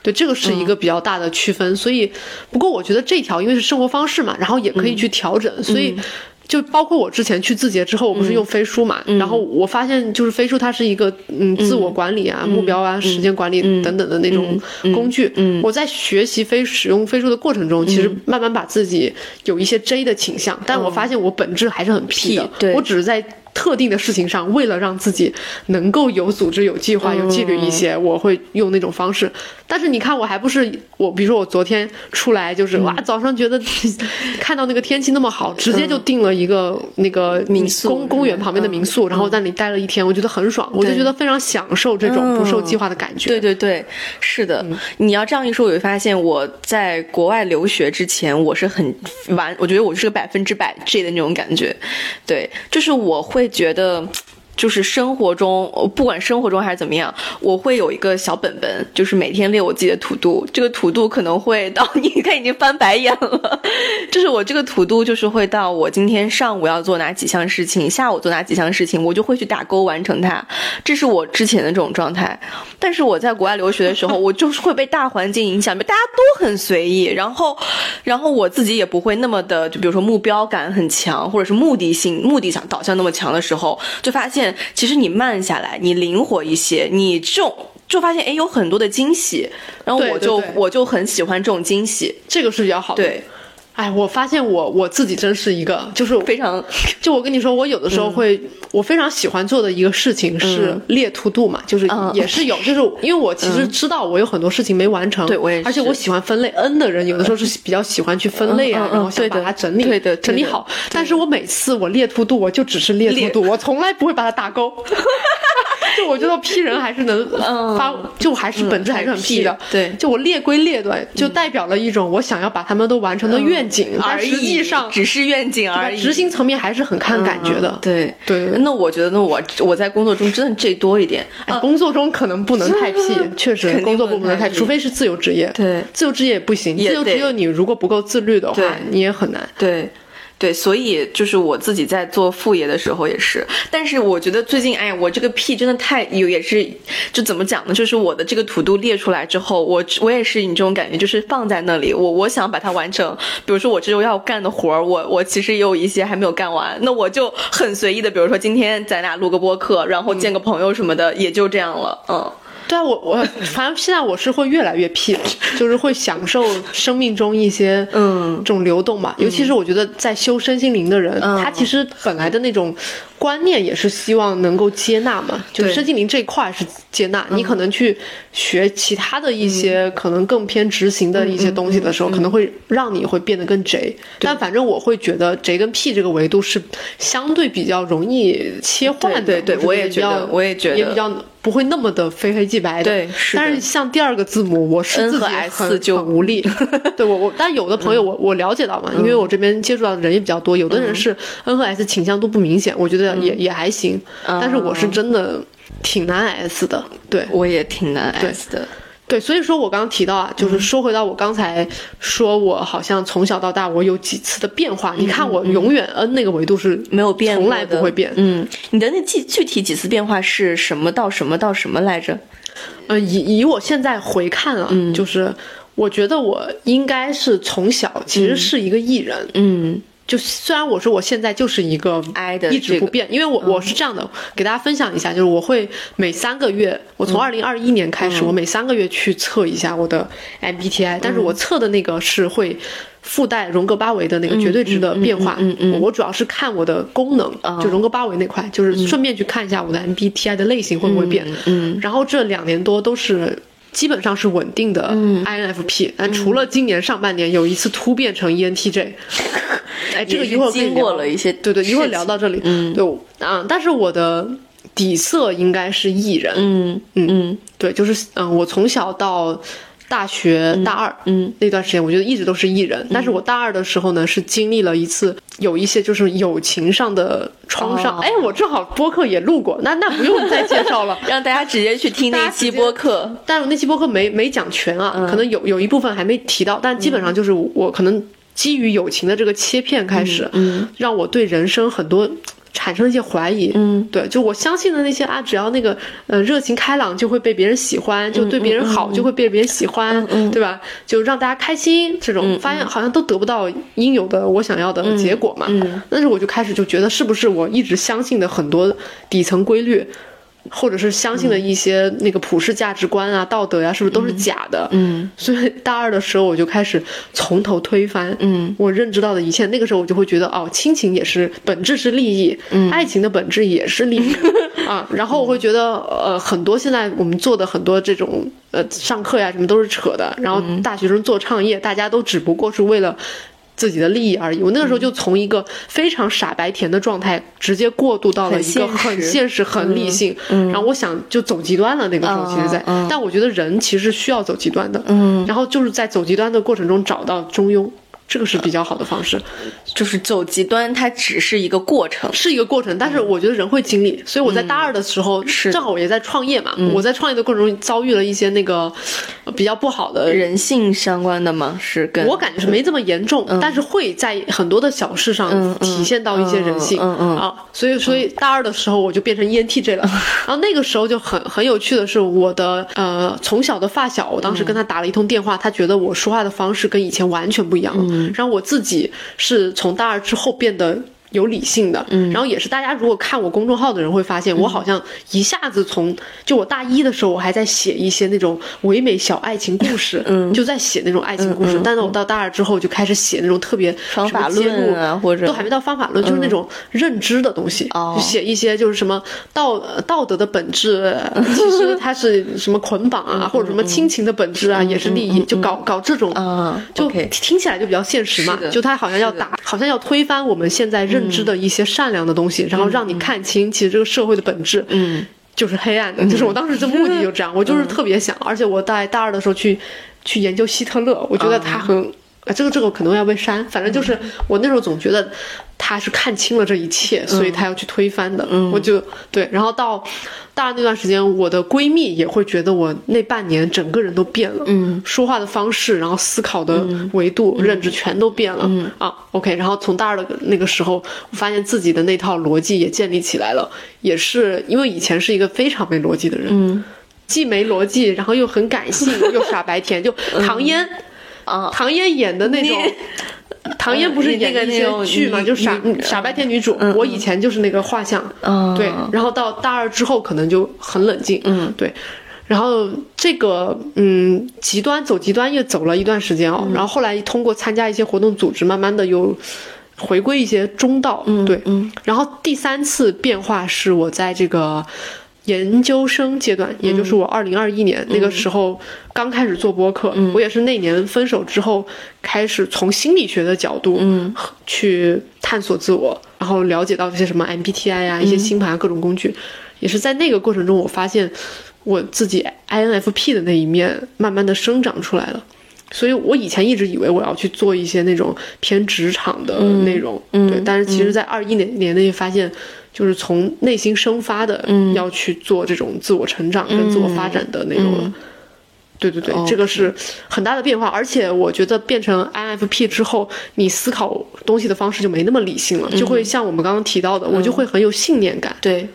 对，这个是一个比较大的区分。所以不过我觉得这条因为是生活方式嘛，然后也可以去调整，所以就包括我之前去字节之后，我不是用飞书嘛，然后我发现就是飞书它是一个自我管理啊、目标啊、时间管理等等的那种工具。我在学习使用飞书的过程中，其实慢慢把自己有一些 J 的倾向，但我发现我本质还是很 P 的，我只是在特定的事情上，为了让自己能够有组织、有计划、有纪律一些，我会用那种方式。但是你看，我还不是我，比如说我昨天出来就是哇，早上觉得看到那个天气那么好，直接就订了一个那个民宿公园旁边的民宿，然后在那里待了一天，我觉得很爽，我就觉得非常享受这种不受计划的感觉。 对对对，是的。你要这样一说，我会发现我在国外留学之前，我是很我觉得我是个100%J 的那种感觉。对，就是我会觉得就是生活中，不管生活中还是怎么样，我会有一个小本本，就是每天列我自己的土度。这个土度可能会到你看已经翻白眼了，就是我这个土度就是会到我今天上午要做哪几项事情，下午做哪几项事情，我就会去打勾完成它。这是我之前的这种状态。但是我在国外留学的时候，我就是会被大环境影响，大家都很随意，然后我自己也不会那么的，就比如说目标感很强，或者是目的导向那么强的时候，就发现其实你慢下来，你灵活一些，你就发现有很多的惊喜，然后我就很喜欢这种惊喜， 这个是比较好的。对。哎，我发现我自己真是一个，就是非常， 就我跟你说，我有的时候会，我非常喜欢做的一个事情是列 to do 嘛，就是也是有，就是因为我其实知道我有很多事情没完成， 对我也是， 而且我喜欢分类 N 的人，有的时候是比较喜欢去分类啊，然后想把它整理整理好。但是我每次我列 to do， 我就只是列 to do， 我从来不会把它打勾。就我觉得 P 人还是能就还是本质还是很 P 的。 对， 就我列归列的，就代表了一种我想要把他们都完成的愿景，但实际上只是愿景而已， 执行层面还是很看感觉的。 对对， 那我觉得我在工作中真的这多一点， 工作中可能不能太 P， 确实工作不能太 P， 除非是自由职业。 对， 自由职业也不行，自由职业你如果不够自律的话，你也很难。 对，所以就是我自己在做副业的时候也是，但是我觉得最近，我这个 P 真的也是，就怎么讲呢？就是我的这个土度列出来之后，我也是你这种感觉，就是放在那里，我想把它完成。比如说我这周要干的活儿，我其实也有一些还没有干完，那我就很随意的，比如说今天咱俩录个播客，然后见个朋友什么的，也就这样了。 对啊，我反正现在我是会越来越 P， 就是会享受生命中一些这种流动嘛。尤其是我觉得在修身心灵的人，他其实本来的那种观念也是希望能够接纳嘛，就是身心灵这一块是接纳。你可能去学其他的一些可能更偏执行的一些东西的时候，可能会让你会变得更 J。但反正我会觉得 J 跟 P 这个维度是相对比较容易切换的。 对，我也觉得也比较不会那么的非黑即白的。 对， 但是像第二个字母，我是自己很无力。对但有的朋友我了解到嘛，因为我这边接触到的人也比较多，有的人是 N 和 S 倾向都不明显，我觉得也还行。但是我是真的挺难 S 的。对， 我也挺难 S 的。 对，所以说我刚刚提到啊，就是说回到我刚才说我好像从小到大我有几次的变化，你看我永远 N 那个维度是没有变， 从来不会变。 你的那具体几次变化是什么到什么到什么来着？ 以我现在回看啊，就是我觉得我应该是从小其实是一个艺人。就虽然我说我现在就是一个一直不变，因为我是这样的，给大家分享一下，就是我会每3个月，我从2021年开始，我每3个月去测一下我的 MBTI，但是我测的那个是会附带荣格8维的那个绝对值的变化。我主要是看我的功能，就荣格8维那块，就是顺便去看一下我的 MBTI 的类型会不会变。然后这2年多都是基本上是稳定的 INFP，但除了今年上半年有一次突变成 ENTJ。这个一会儿经过了一些， 对，一会儿聊到这里。对，但是我的底色应该是艺人。对，就是我从小到大学大2，那段时间我觉得一直都是艺人。但是我大2的时候呢，是经历了一次有一些就是友情上的创伤。我正好播客也录过，那不用再介绍了， 让大家直接去听那期播客。 但是我那期播客没讲全啊，可能有一部分还没提到，但基本上就是我可能基于友情的这个切片开始，让我对人生很多产生一些怀疑。对，就我相信的那些啊，只要那个热情开朗就会被别人喜欢，就对别人好就会被别人喜欢，对吧？就让大家开心，这种发现好像都得不到应有的我想要的结果嘛。但是我就开始就觉得，是不是我一直相信的很多底层规律，或者是相信的一些那个普世价值观啊、道德呀，是不是都是假的？所以大二的时候我就开始从头推翻我认知到的一切。那个时候我就会觉得，哦，亲情也是本质是利益，爱情的本质也是利益啊。然后我会觉得，很多现在我们做的很多这种上课呀什么都是扯的。然后大学生做创业，大家都只不过是为了自己的利益而已。我那个时候就从一个非常傻白甜的状态直接过渡到了一个很现实很理性，然后我想就走极端了。那个时候其实在但我觉得人其实需要走极端的，然后就是在走极端的过程中找到中庸，这个是比较好的方式。 就是走极端它只是一个过程， 是一个过程，但是我觉得人会经历。所以我在大二的时候正好我也在创业嘛，我在创业的过程中遭遇了一些那个比较不好的人性相关的吗？是跟我感觉是没这么严重，但是会在很多的小事上体现到一些人性啊。所以大二的时候我就变成 ENTJ 了。然后那个时候就很有趣的是，我的从小的发小，我当时跟他打了一通电话，他觉得我说话的方式跟以前完全不一样了。然后我自己是从大二之后变得有理性的，然后也是大家如果看我公众号的人会发现，我好像一下子就我大一的时候我还在写一些那种唯美小爱情故事，就在写那种爱情故事，但是我到大二之后就开始写那种特别方法论啊，或者都还没到方法论，就是那种认知的东西，就写一些就是什么道德的本质，其实它是什么捆绑啊，或者什么亲情的本质啊，也是利益，就搞这种，就听起来就比较现实嘛，就它好像要推翻我们现在认知的一些善良的东西，然后让你看清其实这个社会的本质就是黑暗的。就是我当时的目的就这样，我就是特别想，而且我在大二的时候去研究希特勒，我觉得他很这个可能要被删，反正就是我那时候总觉得他是看清了这一切，所以他要去推翻的。我就对，然后到大二那段时间，我的闺蜜也会觉得我那半年整个人都变了，说话的方式，然后思考的维度、认知全都变了OK， 然后从大二的那个时候，我发现自己的那套逻辑也建立起来了，也是因为以前是一个非常没逻辑的人，既没逻辑，然后又很感性，又傻白甜，就唐嫣。唐嫣演的那种，唐嫣不是演那些剧嘛，就傻白甜女主。我以前就是那个画像，对。然后到大二之后，可能就很冷静，对。然后这个走极端也走了一段时间然后后来通过参加一些活动组织，慢慢的又回归一些中道，对。然后第三次变化是我在这个研究生阶段，也就是我2021年那个时候刚开始做播客，我也是那年分手之后开始从心理学的角度去探索自我，然后了解到这些什么 MBTI 啊，一些星盘各种工具，也是在那个过程中我发现我自己 INFP 的那一面慢慢的生长出来了。所以我以前一直以为我要去做一些那种偏职场的内容，对，但是其实在21年内发现就是从内心生发的要去做这种自我成长跟自我发展的内容了。对对对，这个是很大的变化。而且我觉得变成 INFP 之后，你思考东西的方式就没那么理性了，就会像我们刚刚提到的，我就会很有信念感。 对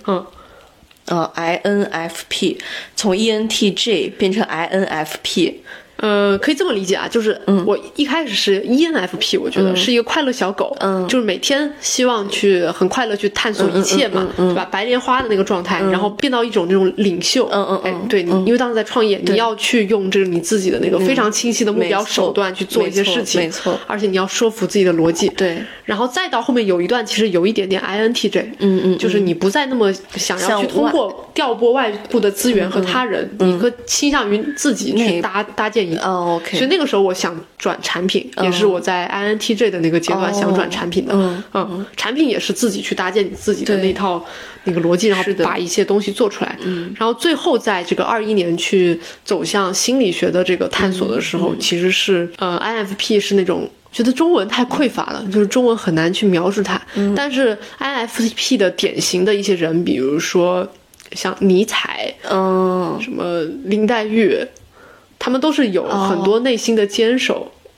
INFP 从 ENTJ 变成 INFP， 可以这么理解啊，就是我一开始是 ENFP， 我觉得是一个快乐小狗，就是每天希望去很快乐去探索一切嘛，对吧？白莲花的那个状态，然后变到一种那种领袖，对，因为当时在创业，你要去用这个你自己的那个非常清晰的目标手段去做一些事情， 没错， 而且你要说服自己的逻辑， 对， 然后再到后面有一段其实有一点点 INTJ，就是你不再那么想要去通过调拨外部的资源和他人，你更倾向于自己去搭建。 OK， 所以那个时候我想转产品，也是我在 INTJ 的那个阶段想转产品的。产品也是自己去搭建你自己的那套那个逻辑，然后把一些东西做出来。然后最后在这个21年去走向心理学的这个探索的时候，其实是INFP 是那种觉得中文太匮乏了，就是中文很难去描述它。但是 INFP 的典型的一些人，比如说像尼采，什么林黛玉。他们都是有很多内心的坚守，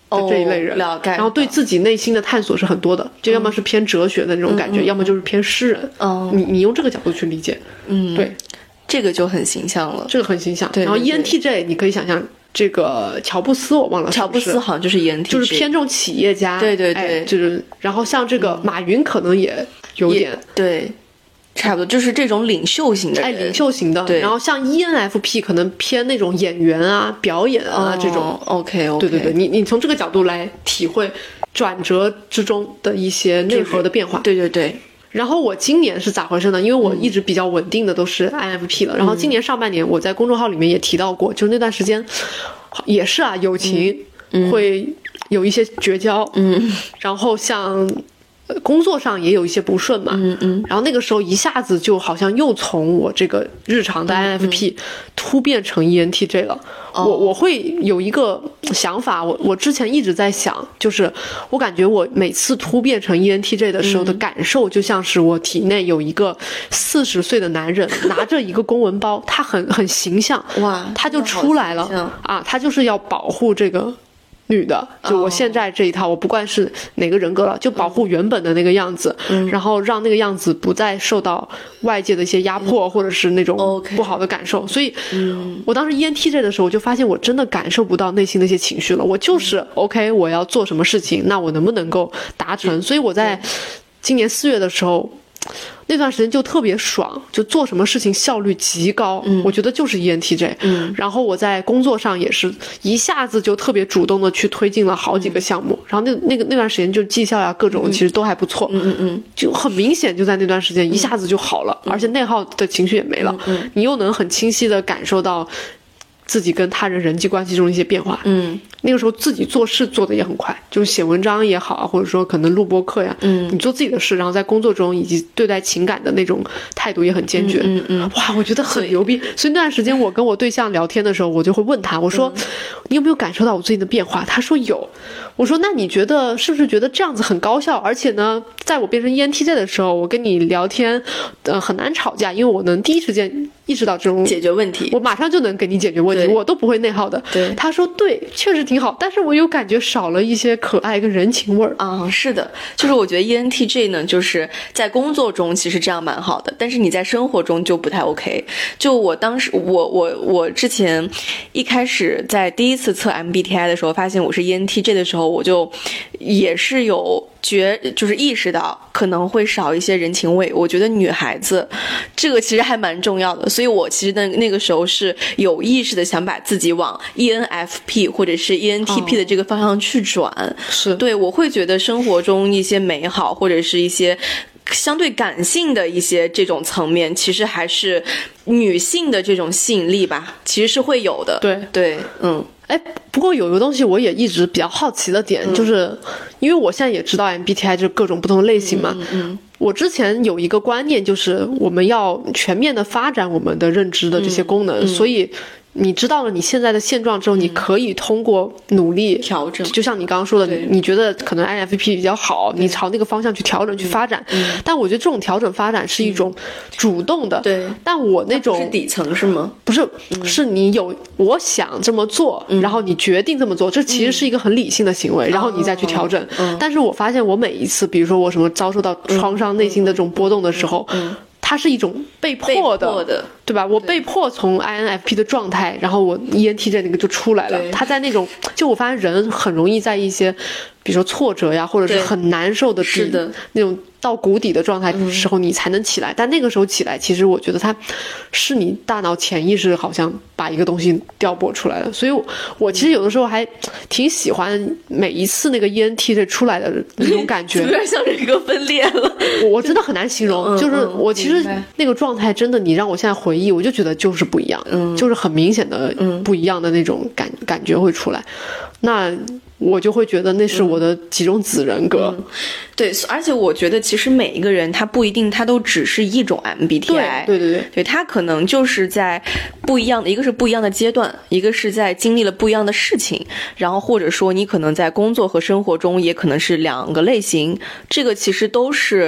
这一类人，然后对自己内心的探索是很多的，就要么是偏哲学的那种感觉，要么就是偏诗人。你用这个角度去理解，对， 这个就很形象了， 这个很形象。 对， 然后 ENTJ 你可以想象。这个乔布斯我忘了是不是， 乔布斯好像就是 ENTJ， 就是偏重企业家， 对， 就是然后像这个马云可能也有点， 对，差不多就是这种领袖型的人， 领袖型的。 对， 然后像 ENFP 可能偏那种演员啊、表演啊这种。 OK， 对，你从这个角度来体会转折之中的一些内核的变化。 对。 然后我今年是咋回事呢？因为我一直比较稳定的都是 INFP 了，然后今年上半年我在公众号里面也提到过，就是那段时间也是啊，友情会有一些绝交，然后像工作上也有一些不顺嘛，然后那个时候一下子就好像又从我这个日常的 INFP 突变成 ENTJ 了。我会有一个想法，我之前一直在想，就是我感觉我每次突变成 ENTJ 的时候的感受，就像是我体内有一个40岁的男人拿着一个公文包，他很形象， 哇， 他就出来了啊，他就是要保护这个女的，就我现在这一套，我不管是哪个人格了，就保护原本的那个样子，然后让那个样子不再受到外界的一些压迫，或者是那种不好的感受。所以，我当时 ENTJ 的时候，我就发现我真的感受不到内心的一些情绪了。我就是 OK， 我要做什么事情，那我能不能够达成？所以我在今年4月的时候。那段时间就特别爽，就做什么事情效率极高，我觉得就是 ENTJ。然后我在工作上也是一下子就特别主动的去推进了好几个项目，然后那段时间就绩效呀各种其实都还不错，就很明显就在那段时间一下子就好了，而且内耗的情绪也没了，你又能很清晰的感受到自己跟他人人际关系中的一些变化。那个时候自己做事做的也很快，就是写文章也好，或者说可能录播课呀，你做自己的事，然后在工作中以及对待情感的那种态度也很坚决。哇，我觉得很牛逼。所以那段时间我跟我对象聊天的时候，我就会问他，我说你有没有感受到我最近的变化？他说有。我说那你觉得是不是觉得这样子很高效？而且呢，在我变成 ENTJ 的时候，我跟你聊天很难吵架，因为我能第一时间意识到这种解决问题， 我马上就能给你解决问题，我都不会内耗的。 对， 他说对，确实挺好，但是我有感觉少了一些可爱跟人情味儿。 是的，就是我觉得 ENTJ 呢，就是在工作中其实这样蛮好的，但是你在生活中就不太 OK。就我当时我之前一开始在第一次测 MBTI 的时候，发现我是 ENTJ 的时候，我就也是有就是意识到可能会少一些人情味。我觉得女孩子这个其实还蛮重要的，所以我其实那个时候是有意识的想把自己往 ENFP 或者是 ENTP 的这个方向去转。 是， 对，我会觉得生活中一些美好或者是一些相对感性的一些这种层面，其实还是女性的这种吸引力吧，其实是会有的。对， 不过有一个东西我也一直比较好奇的点，就是因为我现在也知道 MBTI 就各种不同的类型嘛，我之前有一个观念，就是我们要全面的发展我们的认知的这些功能，所以你知道了你现在的现状之后，你可以通过努力调整， 就像你刚刚说的，你觉得可能 INFP 比较好，你朝那个方向去调整去发展，但我觉得这种调整发展是一种主动的， 对， 但我那种是底层是吗？ 不是，是你有我想这么做，然后你决定这么做，这其实是一个很理性的行为，然后你再去调整。但是我发现我每一次，比如说我什么遭受到创伤、内心的这种波动的时候，它是一种被迫的，对吧？我被迫从 INFP 的状态，然后我 ENTJ 那个就出来了。他在那种，就我发现人很容易在一些，比如说挫折呀，或者是很难受的那种到谷底的状态时候，你才能起来。但那个时候起来，其实我觉得它是你大脑潜意识好像把一个东西调拨出来了。所以我其实有的时候还挺喜欢每一次那个 ENTJ 出来的那种感觉， 有点像人格分裂了。 我真的很难形容，就是我其实那个状态真的，你让我现在回忆，我就觉得就是不一样，就是很明显的不一样的那种感觉会出来。那我就会觉得那是我的几种子人格。 对，而且我觉得其实每一个人他不一定他都只是一种 MBTI， 对，他可能就是在不一样的，一个是不一样的阶段，一个是在经历了不一样的事情，然后或者说你可能在工作和生活中也可能是两个类型，这个其实都是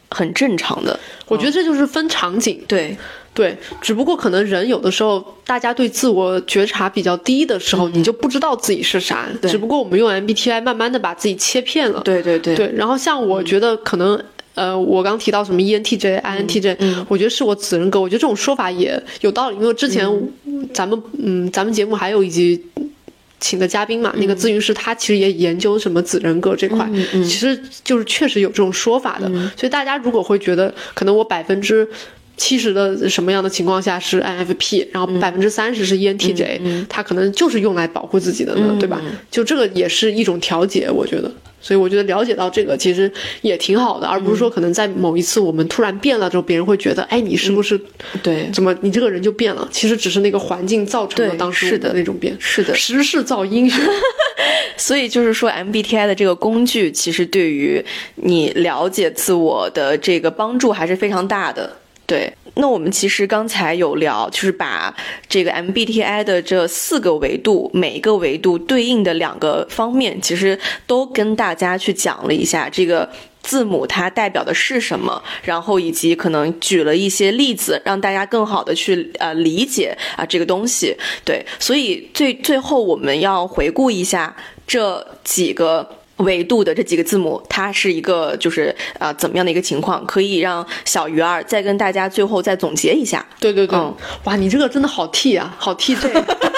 很正常的。 我觉得这就是分场景。对，只不过可能人有的时候大家对自我觉察比较低的时候，你就不知道自己是啥。只不过我们用 MBTI 慢慢的把自己切片了。 对， 然后像我觉得可能我刚提到什么 ENTJ、INTJ，我觉得是我子人格，我觉得这种说法也有道理，因为之前咱们节目还有一集请的嘉宾嘛，那个咨询师他其实也研究什么子人格这块，其实就是确实有这种说法的。所以大家如果会觉得可能我70%的什么样的情况下是 INFP， 然后30%是 ENTJ，他可能就是用来保护自己的呢，对吧？就这个也是一种调节，我觉得。所以我觉得了解到这个其实也挺好的，而不是说可能在某一次我们突然变了之后，别人会觉得，哎，你是不是对怎么你这个人就变了？其实只是那个环境造成了当时的那种变。 是的， 时势造英雄。 所以就是说 MBTI 的这个工具，其实对于你了解自我的这个帮助还是非常大的。对，那我们其实刚才有聊，就是把这个 MBTI 的这4个维度，每一个维度对应的2个方面，其实都跟大家去讲了一下这个字母它代表的是什么，然后以及可能举了一些例子，让大家更好的去理解这个东西。对，所以最后我们要回顾一下这几个维度的这几个字母，它是一个就是怎么样的一个情况，可以让小鱼儿再跟大家最后再总结一下。 对，哇，你这个真的好T啊，好TJ。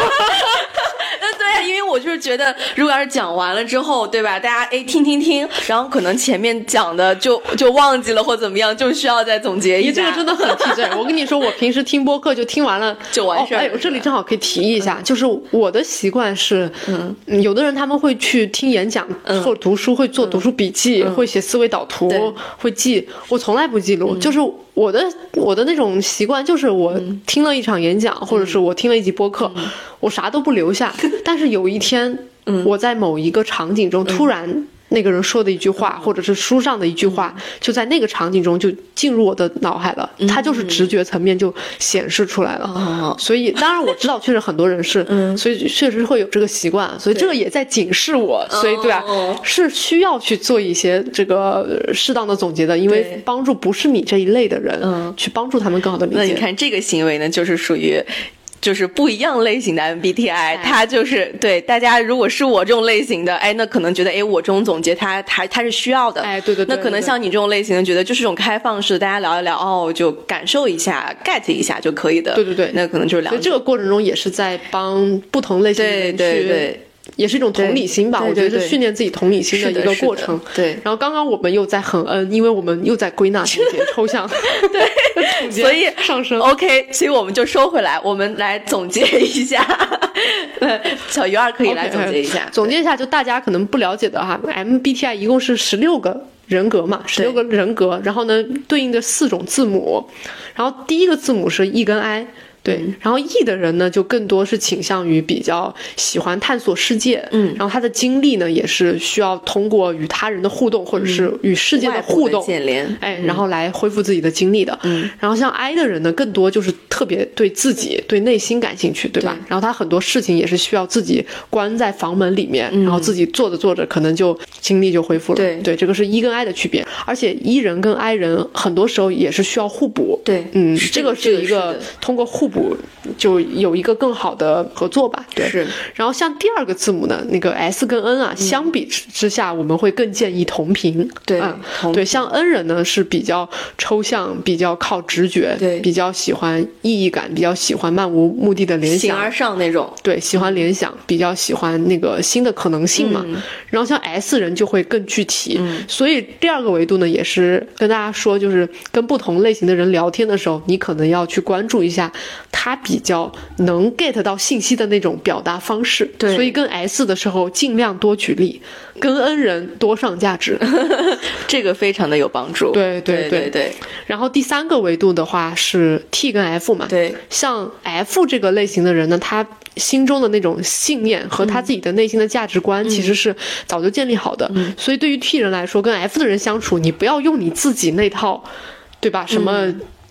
对，因为我就是觉得，如果要是讲完了之后，对吧？大家听，然后可能前面讲的就忘记了或怎么样，就需要再总结一下。 你这个真的很TJ。我跟你说，我平时听播客就听完了就完事儿。 我这里正好可以提一下，就是我的习惯是，有的人他们会去听演讲或读书，会做读书笔记，会写思维导图，会记。我从来不记录，就是我的那种习惯，就是我听了一场演讲，或者是我听了一集播客，我啥都不留下。但是有一天，我在某一个场景中突然那个人说的一句话，或者是书上的一句话，就在那个场景中就进入我的脑海了，它就是直觉层面就显示出来了。所以当然我知道确实很多人是所以确实会有这个习惯，所以这个也在警示我。所以对啊，是需要去做一些这个适当的总结的，因为帮助不是你这一类的人去帮助他们更好的理解。 那你看这个行为呢，就是属于就是不一样类型的 MBTI， 它就是对大家，如果是我这种类型的，那可能觉得我这种总结它是需要的， 对。 那可能像你这种类型的，觉得就是这种开放式，大家聊一聊，就感受一下 get 一下就可以的。 对， 那可能就是所以这个过程中也是在帮不同类型的人去对。 也是一种同理心吧，我觉得是训练自己同理心的一个过程。 对， 然后刚刚我们又在很因为我们又在归纳、总结、抽象， 对，所以上升。 OK， 所以我们就收回来，我们来总结一下。小鱼儿可以来总结一下。 总结一下，就大家可能不了解的哈 ，MBTI 一共是16个人格嘛，16个人格，然后呢对应的4种字母，然后第一个字母是 E 跟 I。对，然后 E 的人呢，就更多是倾向于比较喜欢探索世界，然后他的经历呢，也是需要通过与他人的互动，或者是与世界的互动， 建联， 然后来恢复自己的经历的。然后像 I 的人呢，更多就是特别对自己、对内心感兴趣，对吧？然后他很多事情也是需要自己关在房门里面，然后自己做着，可能就精力就恢复了。对，这个是 E 跟 I 的区别，而且 E 人跟 I 人很多时候也是需要互补。 对， 这个是一个通过互补就有一个更好的合作吧。对， 是。 然后像第2个字母呢，那个 S 跟 N 啊，相比之下，我们会更建议同频。对，像 N 人呢是比较抽象，比较靠直觉， 对， 比较喜欢意义感，比较喜欢漫无目的的联想， 形而上那种。 对，喜欢联想，比较喜欢那个新的可能性嘛。然后像 S 人就会更具体。所以第2个维度呢，也是跟大家说，就是跟不同类型的人聊天的时候，你可能要去关注一下他比较能 get 到信息的那种表达方式。 对， 所以跟 S 的时候尽量多举例，跟 N 人多上价值。 这个非常的有帮助。 对。然后第3个维度的话是 T 跟 F 嘛。 对， 像 F 这个类型的人呢，他心中的那种信念和他自己的内心的价值观其实是早就建立好的。所以对于 T 人来说，跟 F 的人相处，你不要用你自己那套，对吧？什么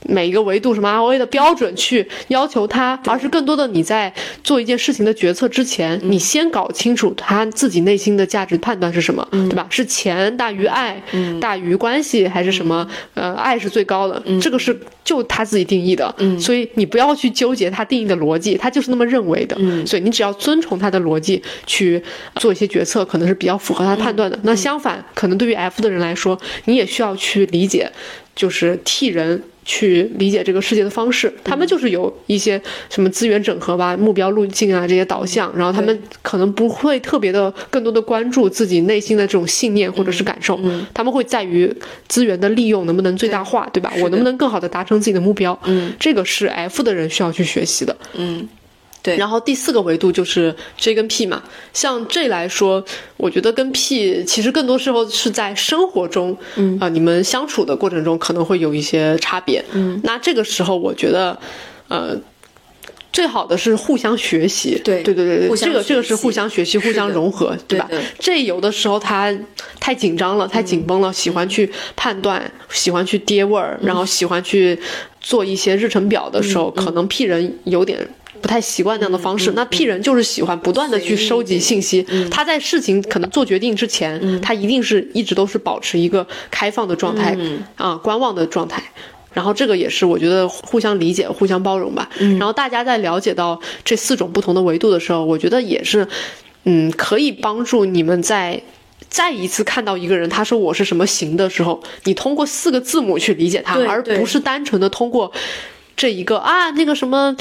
每一个维度什么 ROA 的标准去要求他，而是更多的你在做一件事情的决策之前，你先搞清楚他自己内心的价值判断是什么，对吧？是钱大于爱，大于关系，还是什么？爱是最高的，这个是就他自己定义的，所以你不要去纠结他定义的逻辑，他就是那么认为的，所以你只要遵从他的逻辑去做一些决策，可能是比较符合他判断的。那相反，可能对于 F 的人来说，你也需要去理解，就是替人去理解这个世界的方式，他们就是有一些什么资源整合吧、目标路径啊这些导向，然后他们可能不会特别的更多的关注自己内心的这种信念或者是感受，他们会在于资源的利用能不能最大化，对吧？我能不能更好的达成自己的目标？这个是 F 的人需要去学习的。 对， 然后第4个维度就是 J 跟 P 嘛，像 J 来说，我觉得跟 P 其实更多时候是在生活中，你们相处的过程中可能会有一些差别，那这个时候我觉得，最好的是互相学习，对，这个是互相学习、互相融合，对吧？这有的时候他太紧张了、太紧绷了，喜欢去判断，喜欢去跌味儿，然后喜欢去做一些日程表的时候，可能 P 人有点不太习惯那样的方式。那 P 人就是喜欢不断的去收集信息，他在事情可能做决定之前，他一直都是保持一个开放的状态，观望的状态。然后这个也是我觉得互相理解、互相包容吧。然后大家在了解到这4种不同的维度的时候，我觉得也是，可以帮助你们再一次看到一个人他说我是什么型的时候，你通过4个字母去理解他，而不是单纯的通过这一个那个什么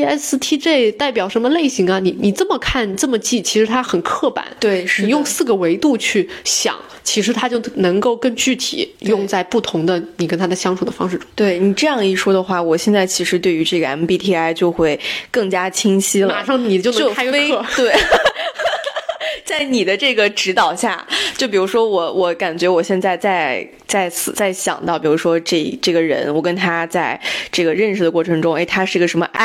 ESTJ 代表什么类型啊，你这么看这么记，其实它很刻板。 对，是你用4个维度去想，其实它就能够更具体用在不同的你跟他的相处的方式中。 对，你这样一说的话，我现在其实对于这个 MBTI 就会更加清晰了， 马上你就能开个课。 对在你的这个指导下，就比如说我感觉我现在在想到，比如说这个人，我跟他在这个认识的过程中，他是个什么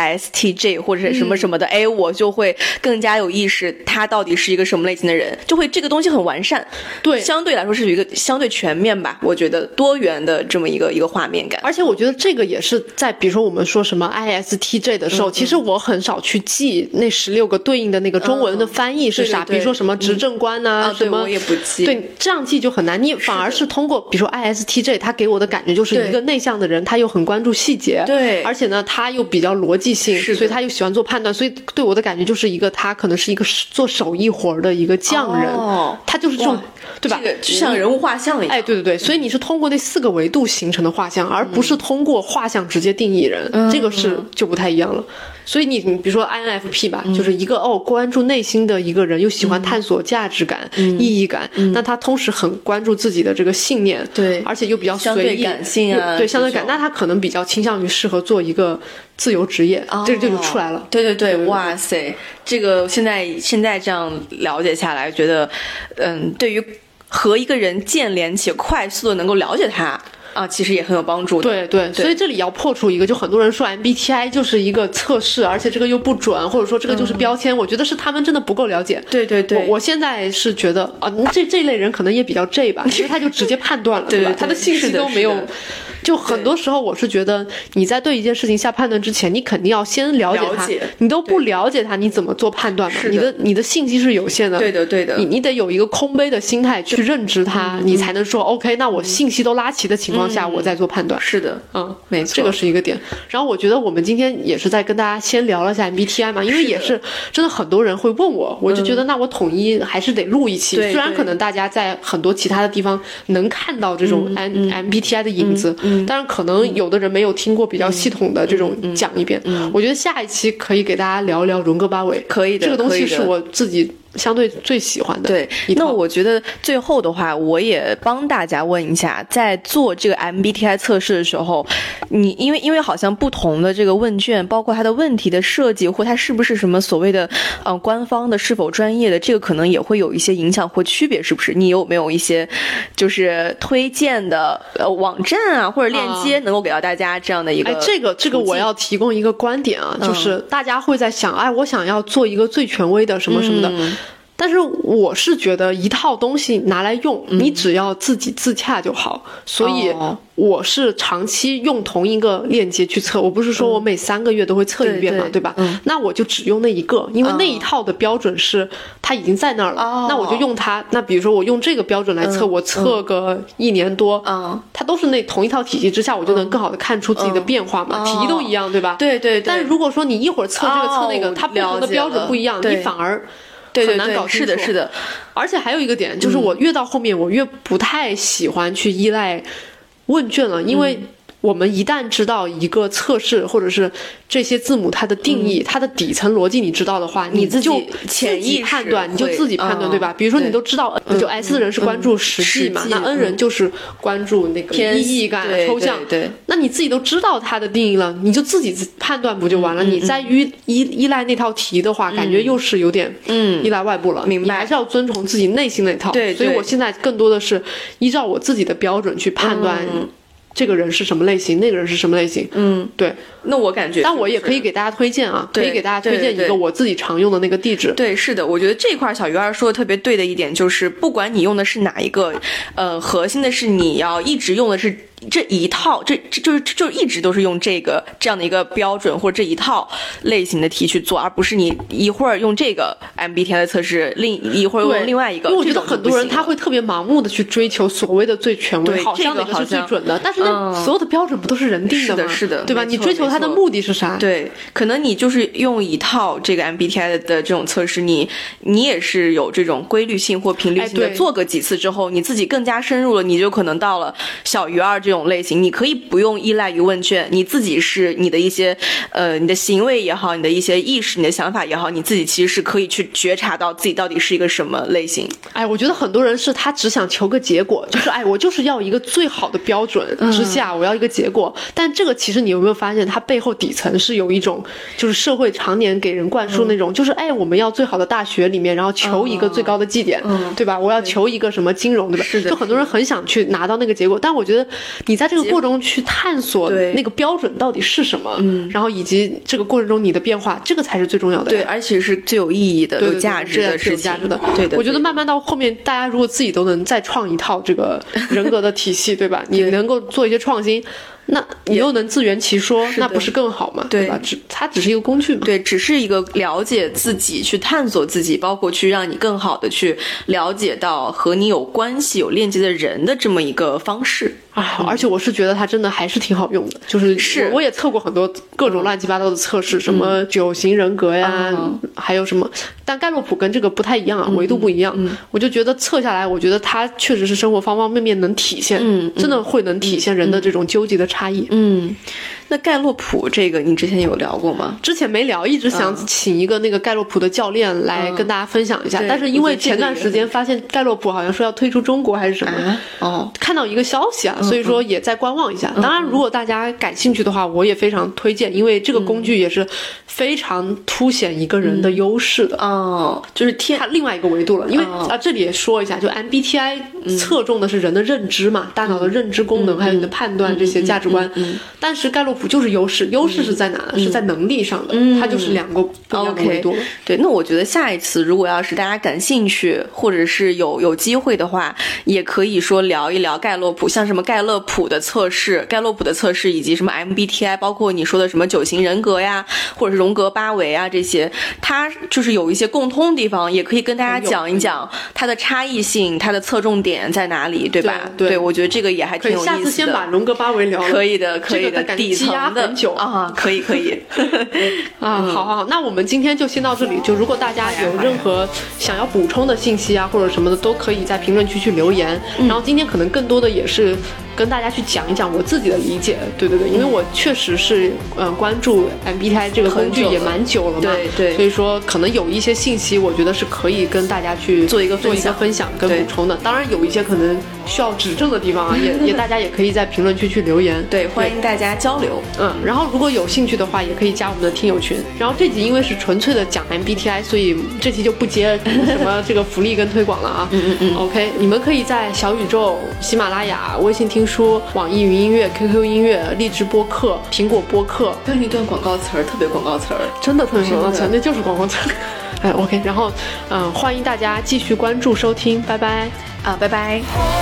ISTJ 或者是什么什么的，我就会更加有意识他到底是一个什么类型的人，就会这个东西很完善， 对， 相对来说是一个相对全面吧，我觉得多元的这么一个画面感。 而且我觉得这个也是在比如说我们说什么 ISTJ 的时候，其实我很少去记那16个对应的那个中文的翻译是啥，比如说什么执政官什么我也不记， 对，这样记就很难，你反而是通过比如说 ISTJ 他给我的感觉就是一个内向的人，他又很关注细节， 对， 而且呢他又比较逻辑性，所以他又喜欢做判断，所以对我的感觉就是一个他可能是一个做手艺活的一个匠人，他就是这种，对吧？ 这个就像人物画像一样， 对，所以你是通过那4个维度形成的画像，而不是通过画像直接定义人，这个是就不太一样了。所以你比如说 INFP 吧，就是一个关注内心的一个人，又喜欢探索价值感、意义感，那他同时很关注自己的这个信念， 对， 而且又比较随意， 相对感性啊， 对，相对感，那他可能比较倾向于适合做一个自由职业，这就出来了。 对，哇塞，这个现在这样了解下来，觉得对于和一个人建联且快速的能够了解他其实也很有帮助的。 对，所以这里要破除一个，就很多人说 MBTI 就是一个测试，而且这个又不准，或者说这个就是标签，我觉得是他们真的不够了解。 对， 我现在是觉得这类人可能也比较 J 吧，因为他就直接判断了，对吧？他的信息都没有。就很多时候我是觉得你在对一件事情下判断之前，你肯定要先了解它，你都不了解它，你怎么做判断嘛？你的信息是有限的， 对的，你得有一个空杯的心态去认知它，你才能说 OK， 那我信息都拉齐的情况下，我再做判断。 是的，没错， 这个是一个点。然后我觉得我们今天也是在跟大家先聊了一下 MBTI 嘛，因为也是真的很多人会问我就觉得那我统一还是得录一期，虽然可能大家在很多其他的地方能看到这种 MBTI 的影子。当然可能有的人没有听过比较系统的这种讲一遍，我觉得下一期可以给大家聊一聊荣格八维， 可以的， 这个东西是我自己相对最喜欢的。 对，那我觉得最后的话，我也帮大家问一下，在做这个 MBTI 测试的时候，你因为好像不同的这个问卷，包括它的问题的设计，或它是不是什么所谓的官方的，是否专业的，这个可能也会有一些影响或区别，是不是？你有没有一些就是推荐的网站啊或者链接能够给到大家这样的一个？ 这个我要提供一个观点啊，就是大家会在想，我想要做一个最权威的什么什么的。 但是我是觉得一套东西拿来用，你只要自己自洽就好，所以我是长期用同一个链接去测，我不是说我每3个月都会测一遍嘛，对吧？那我就只用那一个，因为那一套的标准是它已经在那儿了，那我就用它。那比如说我用这个标准来测，我测个1年多，它都是那同一套体系之下，我就能更好的看出自己的变化嘛，题都一样，对吧？ 对对对。 但如果说你一会儿测这个测那个，它不同的标准不一样，你反而很难搞清楚。 是的，是的。 而且还有一个点，就是我越到后面，我越不太喜欢去依赖问卷了，因为我们一旦知道一个测试或者是这些字母它的定义，它的底层逻辑你知道的话，你就潜意判断，你就自己判断，对吧？比如说你都知道，就 S 人是关注实际嘛，那 N 人就是关注那个意义感、抽象。 对， 那你自己都知道它的定义了，你就自己判断不就完了？你再依赖那套题的话，感觉又是有点依赖外部了。 明白？ 你还是要遵从自己内心那套。 对， 所以我现在更多的是依照我自己的标准去判断。这个人是什么类型，那个人是什么类型？对。 那我感觉， 但我也可以给大家推荐啊，可以给大家推荐一个我自己常用的那个地址。 对，是的，我觉得这块小鱼儿说的特别对的一点就是，不管你用的是哪一个，核心的是你要一直用的是这一套，这就是一直都是用这样的一个标准或者这一套类型的题去做，而不是你一会儿用这个 MBTI 的测试，一会儿用另外一个。 因为我觉得很多人他会特别盲目的去追求所谓的最权威，好像哪个是最准的，但是那所有的标准不都是人定的吗？ 是的， 对吧？你追求它的目的是啥？ 对，可能你就是用一套这个 MBTI 的这种测试，你也是有这种规律性或频率性的，做个几次之后，你自己更加深入了，你就可能到了小鱼儿这种类型，你可以不用依赖于问卷，你自己是你的一些你的行为也好，你的一些意识，你的想法也好，你自己其实是可以去觉察到自己到底是一个什么类型。 我觉得很多人是他只想求个结果，就是我就是要一个最好的标准之下，我要一个结果。但这个其实你有没有发现，它背后底层是有一种就是社会常年给人灌输那种，就是我们要最好的大学里面，然后求一个最高的绩点，对吧？我要求一个什么金融，对吧？ 是的。 就很多人很想去拿到那个结果，但我觉得你在这个过程中去探索那个标准到底是什么，然后以及这个过程中你的变化，这个才是最重要的。 对，而且是最有意义的、有价值的事情。对的。 我觉得慢慢到后面，大家如果自己都能再创一套这个人格的体系，对吧？你能够做一些创新。那你又能自圆其说，那不是更好吗？对吧？它只是一个工具嘛。 对，只是一个了解自己、去探索自己，包括去让你更好的去了解到和你有关系、有链接的人的这么一个方式。 而且我是觉得它真的还是挺好用的，就是我也测过很多各种乱七八糟的测试，什么9型人格呀，还有什么，但盖洛普跟这个不太一样啊，维度不一样。我就觉得测下来，我觉得它确实是生活方方面面能体现，真的会能体现人的这种纠结的差异。 那盖洛普这个你之前有聊过吗？ 之前没聊，一直想请一个那个盖洛普的教练来跟大家分享一下，但是因为前段时间发现盖洛普好像说要退出中国还是什么，看到一个消息啊，所以说也在观望一下。当然如果大家感兴趣的话，我也非常推荐，因为这个工具也是非常凸显一个人的优势的。就是它另外一个维度了。因为这里也说一下，就 MBTI 侧重的是人的认知嘛，大脑的认知功能，还有你的判断这些价值观。但是盖洛普就是优势是在哪呢？是在能力上的，它就是两个不一样的维度。 对，那我觉得下一次如果要是大家感兴趣，或者是有机会的话，也可以说聊一聊盖洛普，像什么盖洛普的测试，以及什么 MBTI， 包括你说的什么9型人格呀，或者是荣格8维啊，这些它就是有一些共通的地方，也可以跟大家讲一讲它的差异性，它的侧重点在哪里，对吧？对，我觉得这个也还挺有意思的。 下次先把荣格8维聊了。 可以的，底层的很久可以好，那我们今天就先到这里。就如果大家有任何想要补充的信息啊，或者什么的，都可以在评论区去留言。然后今天可能更多的也是跟大家去讲一讲我自己的理解。对，因为我确实是关注 MBTI 这个工具也蛮久了嘛，对，所以说可能有一些信息，我觉得是可以跟大家去做一个分享跟补充的。当然有一些可能需要指正的地方啊，也大家也可以在评论区去留言。 对，欢迎大家交流。 然后如果有兴趣的话，也可以加我们的听友群。然后这集因为是纯粹的讲 MBTI， 所以这期就不接什么这个福利跟推广了啊。OK， 你们可以在小宇宙、喜马拉雅、微信听听书、网易云音乐、QQ 音乐、荔枝播客、苹果播客。 刚那段广告词儿特别广告词儿， 真的特别广告词，那就是广告词。哎 ，OK， 然后欢迎大家继续关注收听，拜拜啊，拜拜。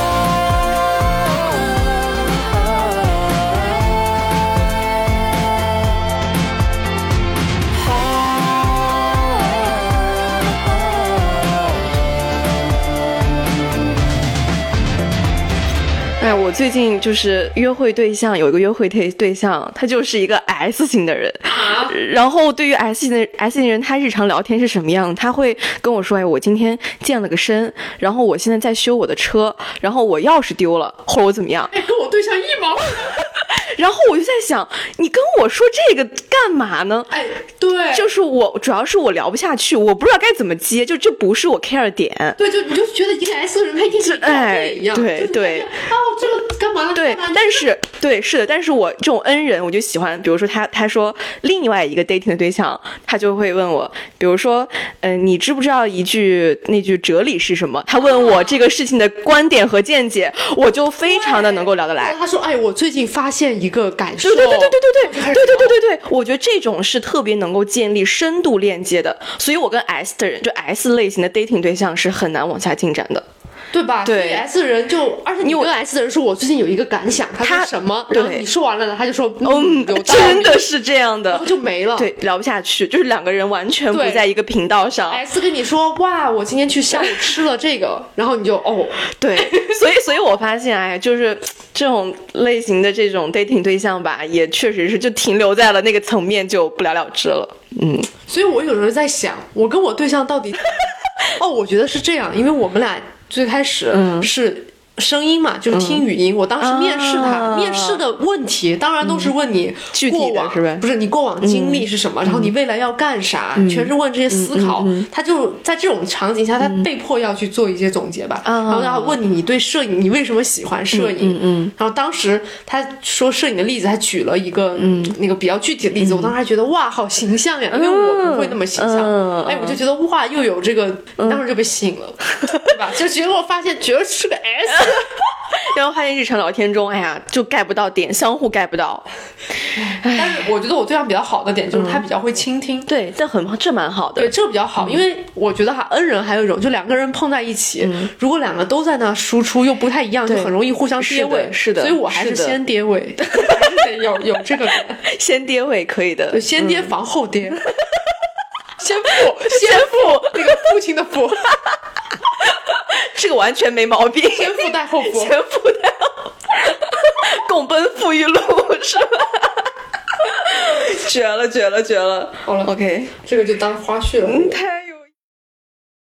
哎，我最近就是约会对象有一个约会对象，他就是一个 S 型的人。然后对于 S 型人，他日常聊天是什么样？他会跟我说：“哎，我今天健了个身，然后我现在在修我的车，然后我钥匙丢了，或者我怎么样？” 哎，跟我对象一毛。 然后我就在想，你跟我说这个干嘛呢？ 哎，对， 就是主要是我聊不下去，我不知道该怎么接，就这不是我 care 的点。 对，就你就觉得一个 S 人他一定是一样， 对对。 哦，这个干嘛呢？ 对，但是对是的，但是我这种 N 人，我就喜欢，比如说他说另外一个 dating 的对象，他就会问我，比如说，你知不知道那句哲理是什么？他问我这个事情的观点和见解，我就非常的能够聊得来。 他说，哎，我最近发现一个感受， 对，我觉得这种是特别能够建立深度链接的，所以我跟 S 的人，就 S 类型的 dating 对象是很难往下进展的。 对吧？ 对， 所以 S 人就，而且你跟 S 的人说，我最近有一个感想，他说什么？然后你说完了，他就说，有道理， 真的是这样的， 然后就没了。 对，聊不下去，就是两个人完全不在一个频道上。 S 跟你说，哇，我今天去下午吃了这个，然后你就对，所以我发现，哎，就是这种类型的这种 dating 对象吧，也确实是就停留在了那个层面，就不了了之了。 所以我有时候在想，我跟我对象到底，我觉得是这样，因为我们俩最开始是声音嘛，就是听语音。我当时面试他，面试的问题当然都是问你过往， 是吧？ 不是你过往经历是什么，然后你未来要干啥，全是问这些思考。他就在这种场景下，他被迫要去做一些总结吧。然后他问你对摄影，你为什么喜欢摄影？然后当时他说摄影的例子，他举了一个那个比较具体的例子。我当时还觉得哇，好形象呀，因为我不会那么形象。哎，我就觉得哇，又有这个，当时就被吸引了，对吧？就结果发现觉得是个 S。 然后发现日常聊天中，哎呀，就 get 不到点，相互 get 不到。 但是我觉得我对象比较好的点就是他比较会倾听， 对，这蛮好的。 对，这比较好，因为我觉得N 人还有一种，就两个人碰在一起，如果两个都在那输出又不太一样，就很容易互相跌位。 是的， 所以我还是先跌位，还是得有这个点。 先跌位可以的， 先跌防后跌。先父，那个父亲的父。 这个完全没毛病， 先富带后富， 先富带后，共奔富裕路是吧？绝了！ 好了 ，OK， 这个就当花絮了。 太。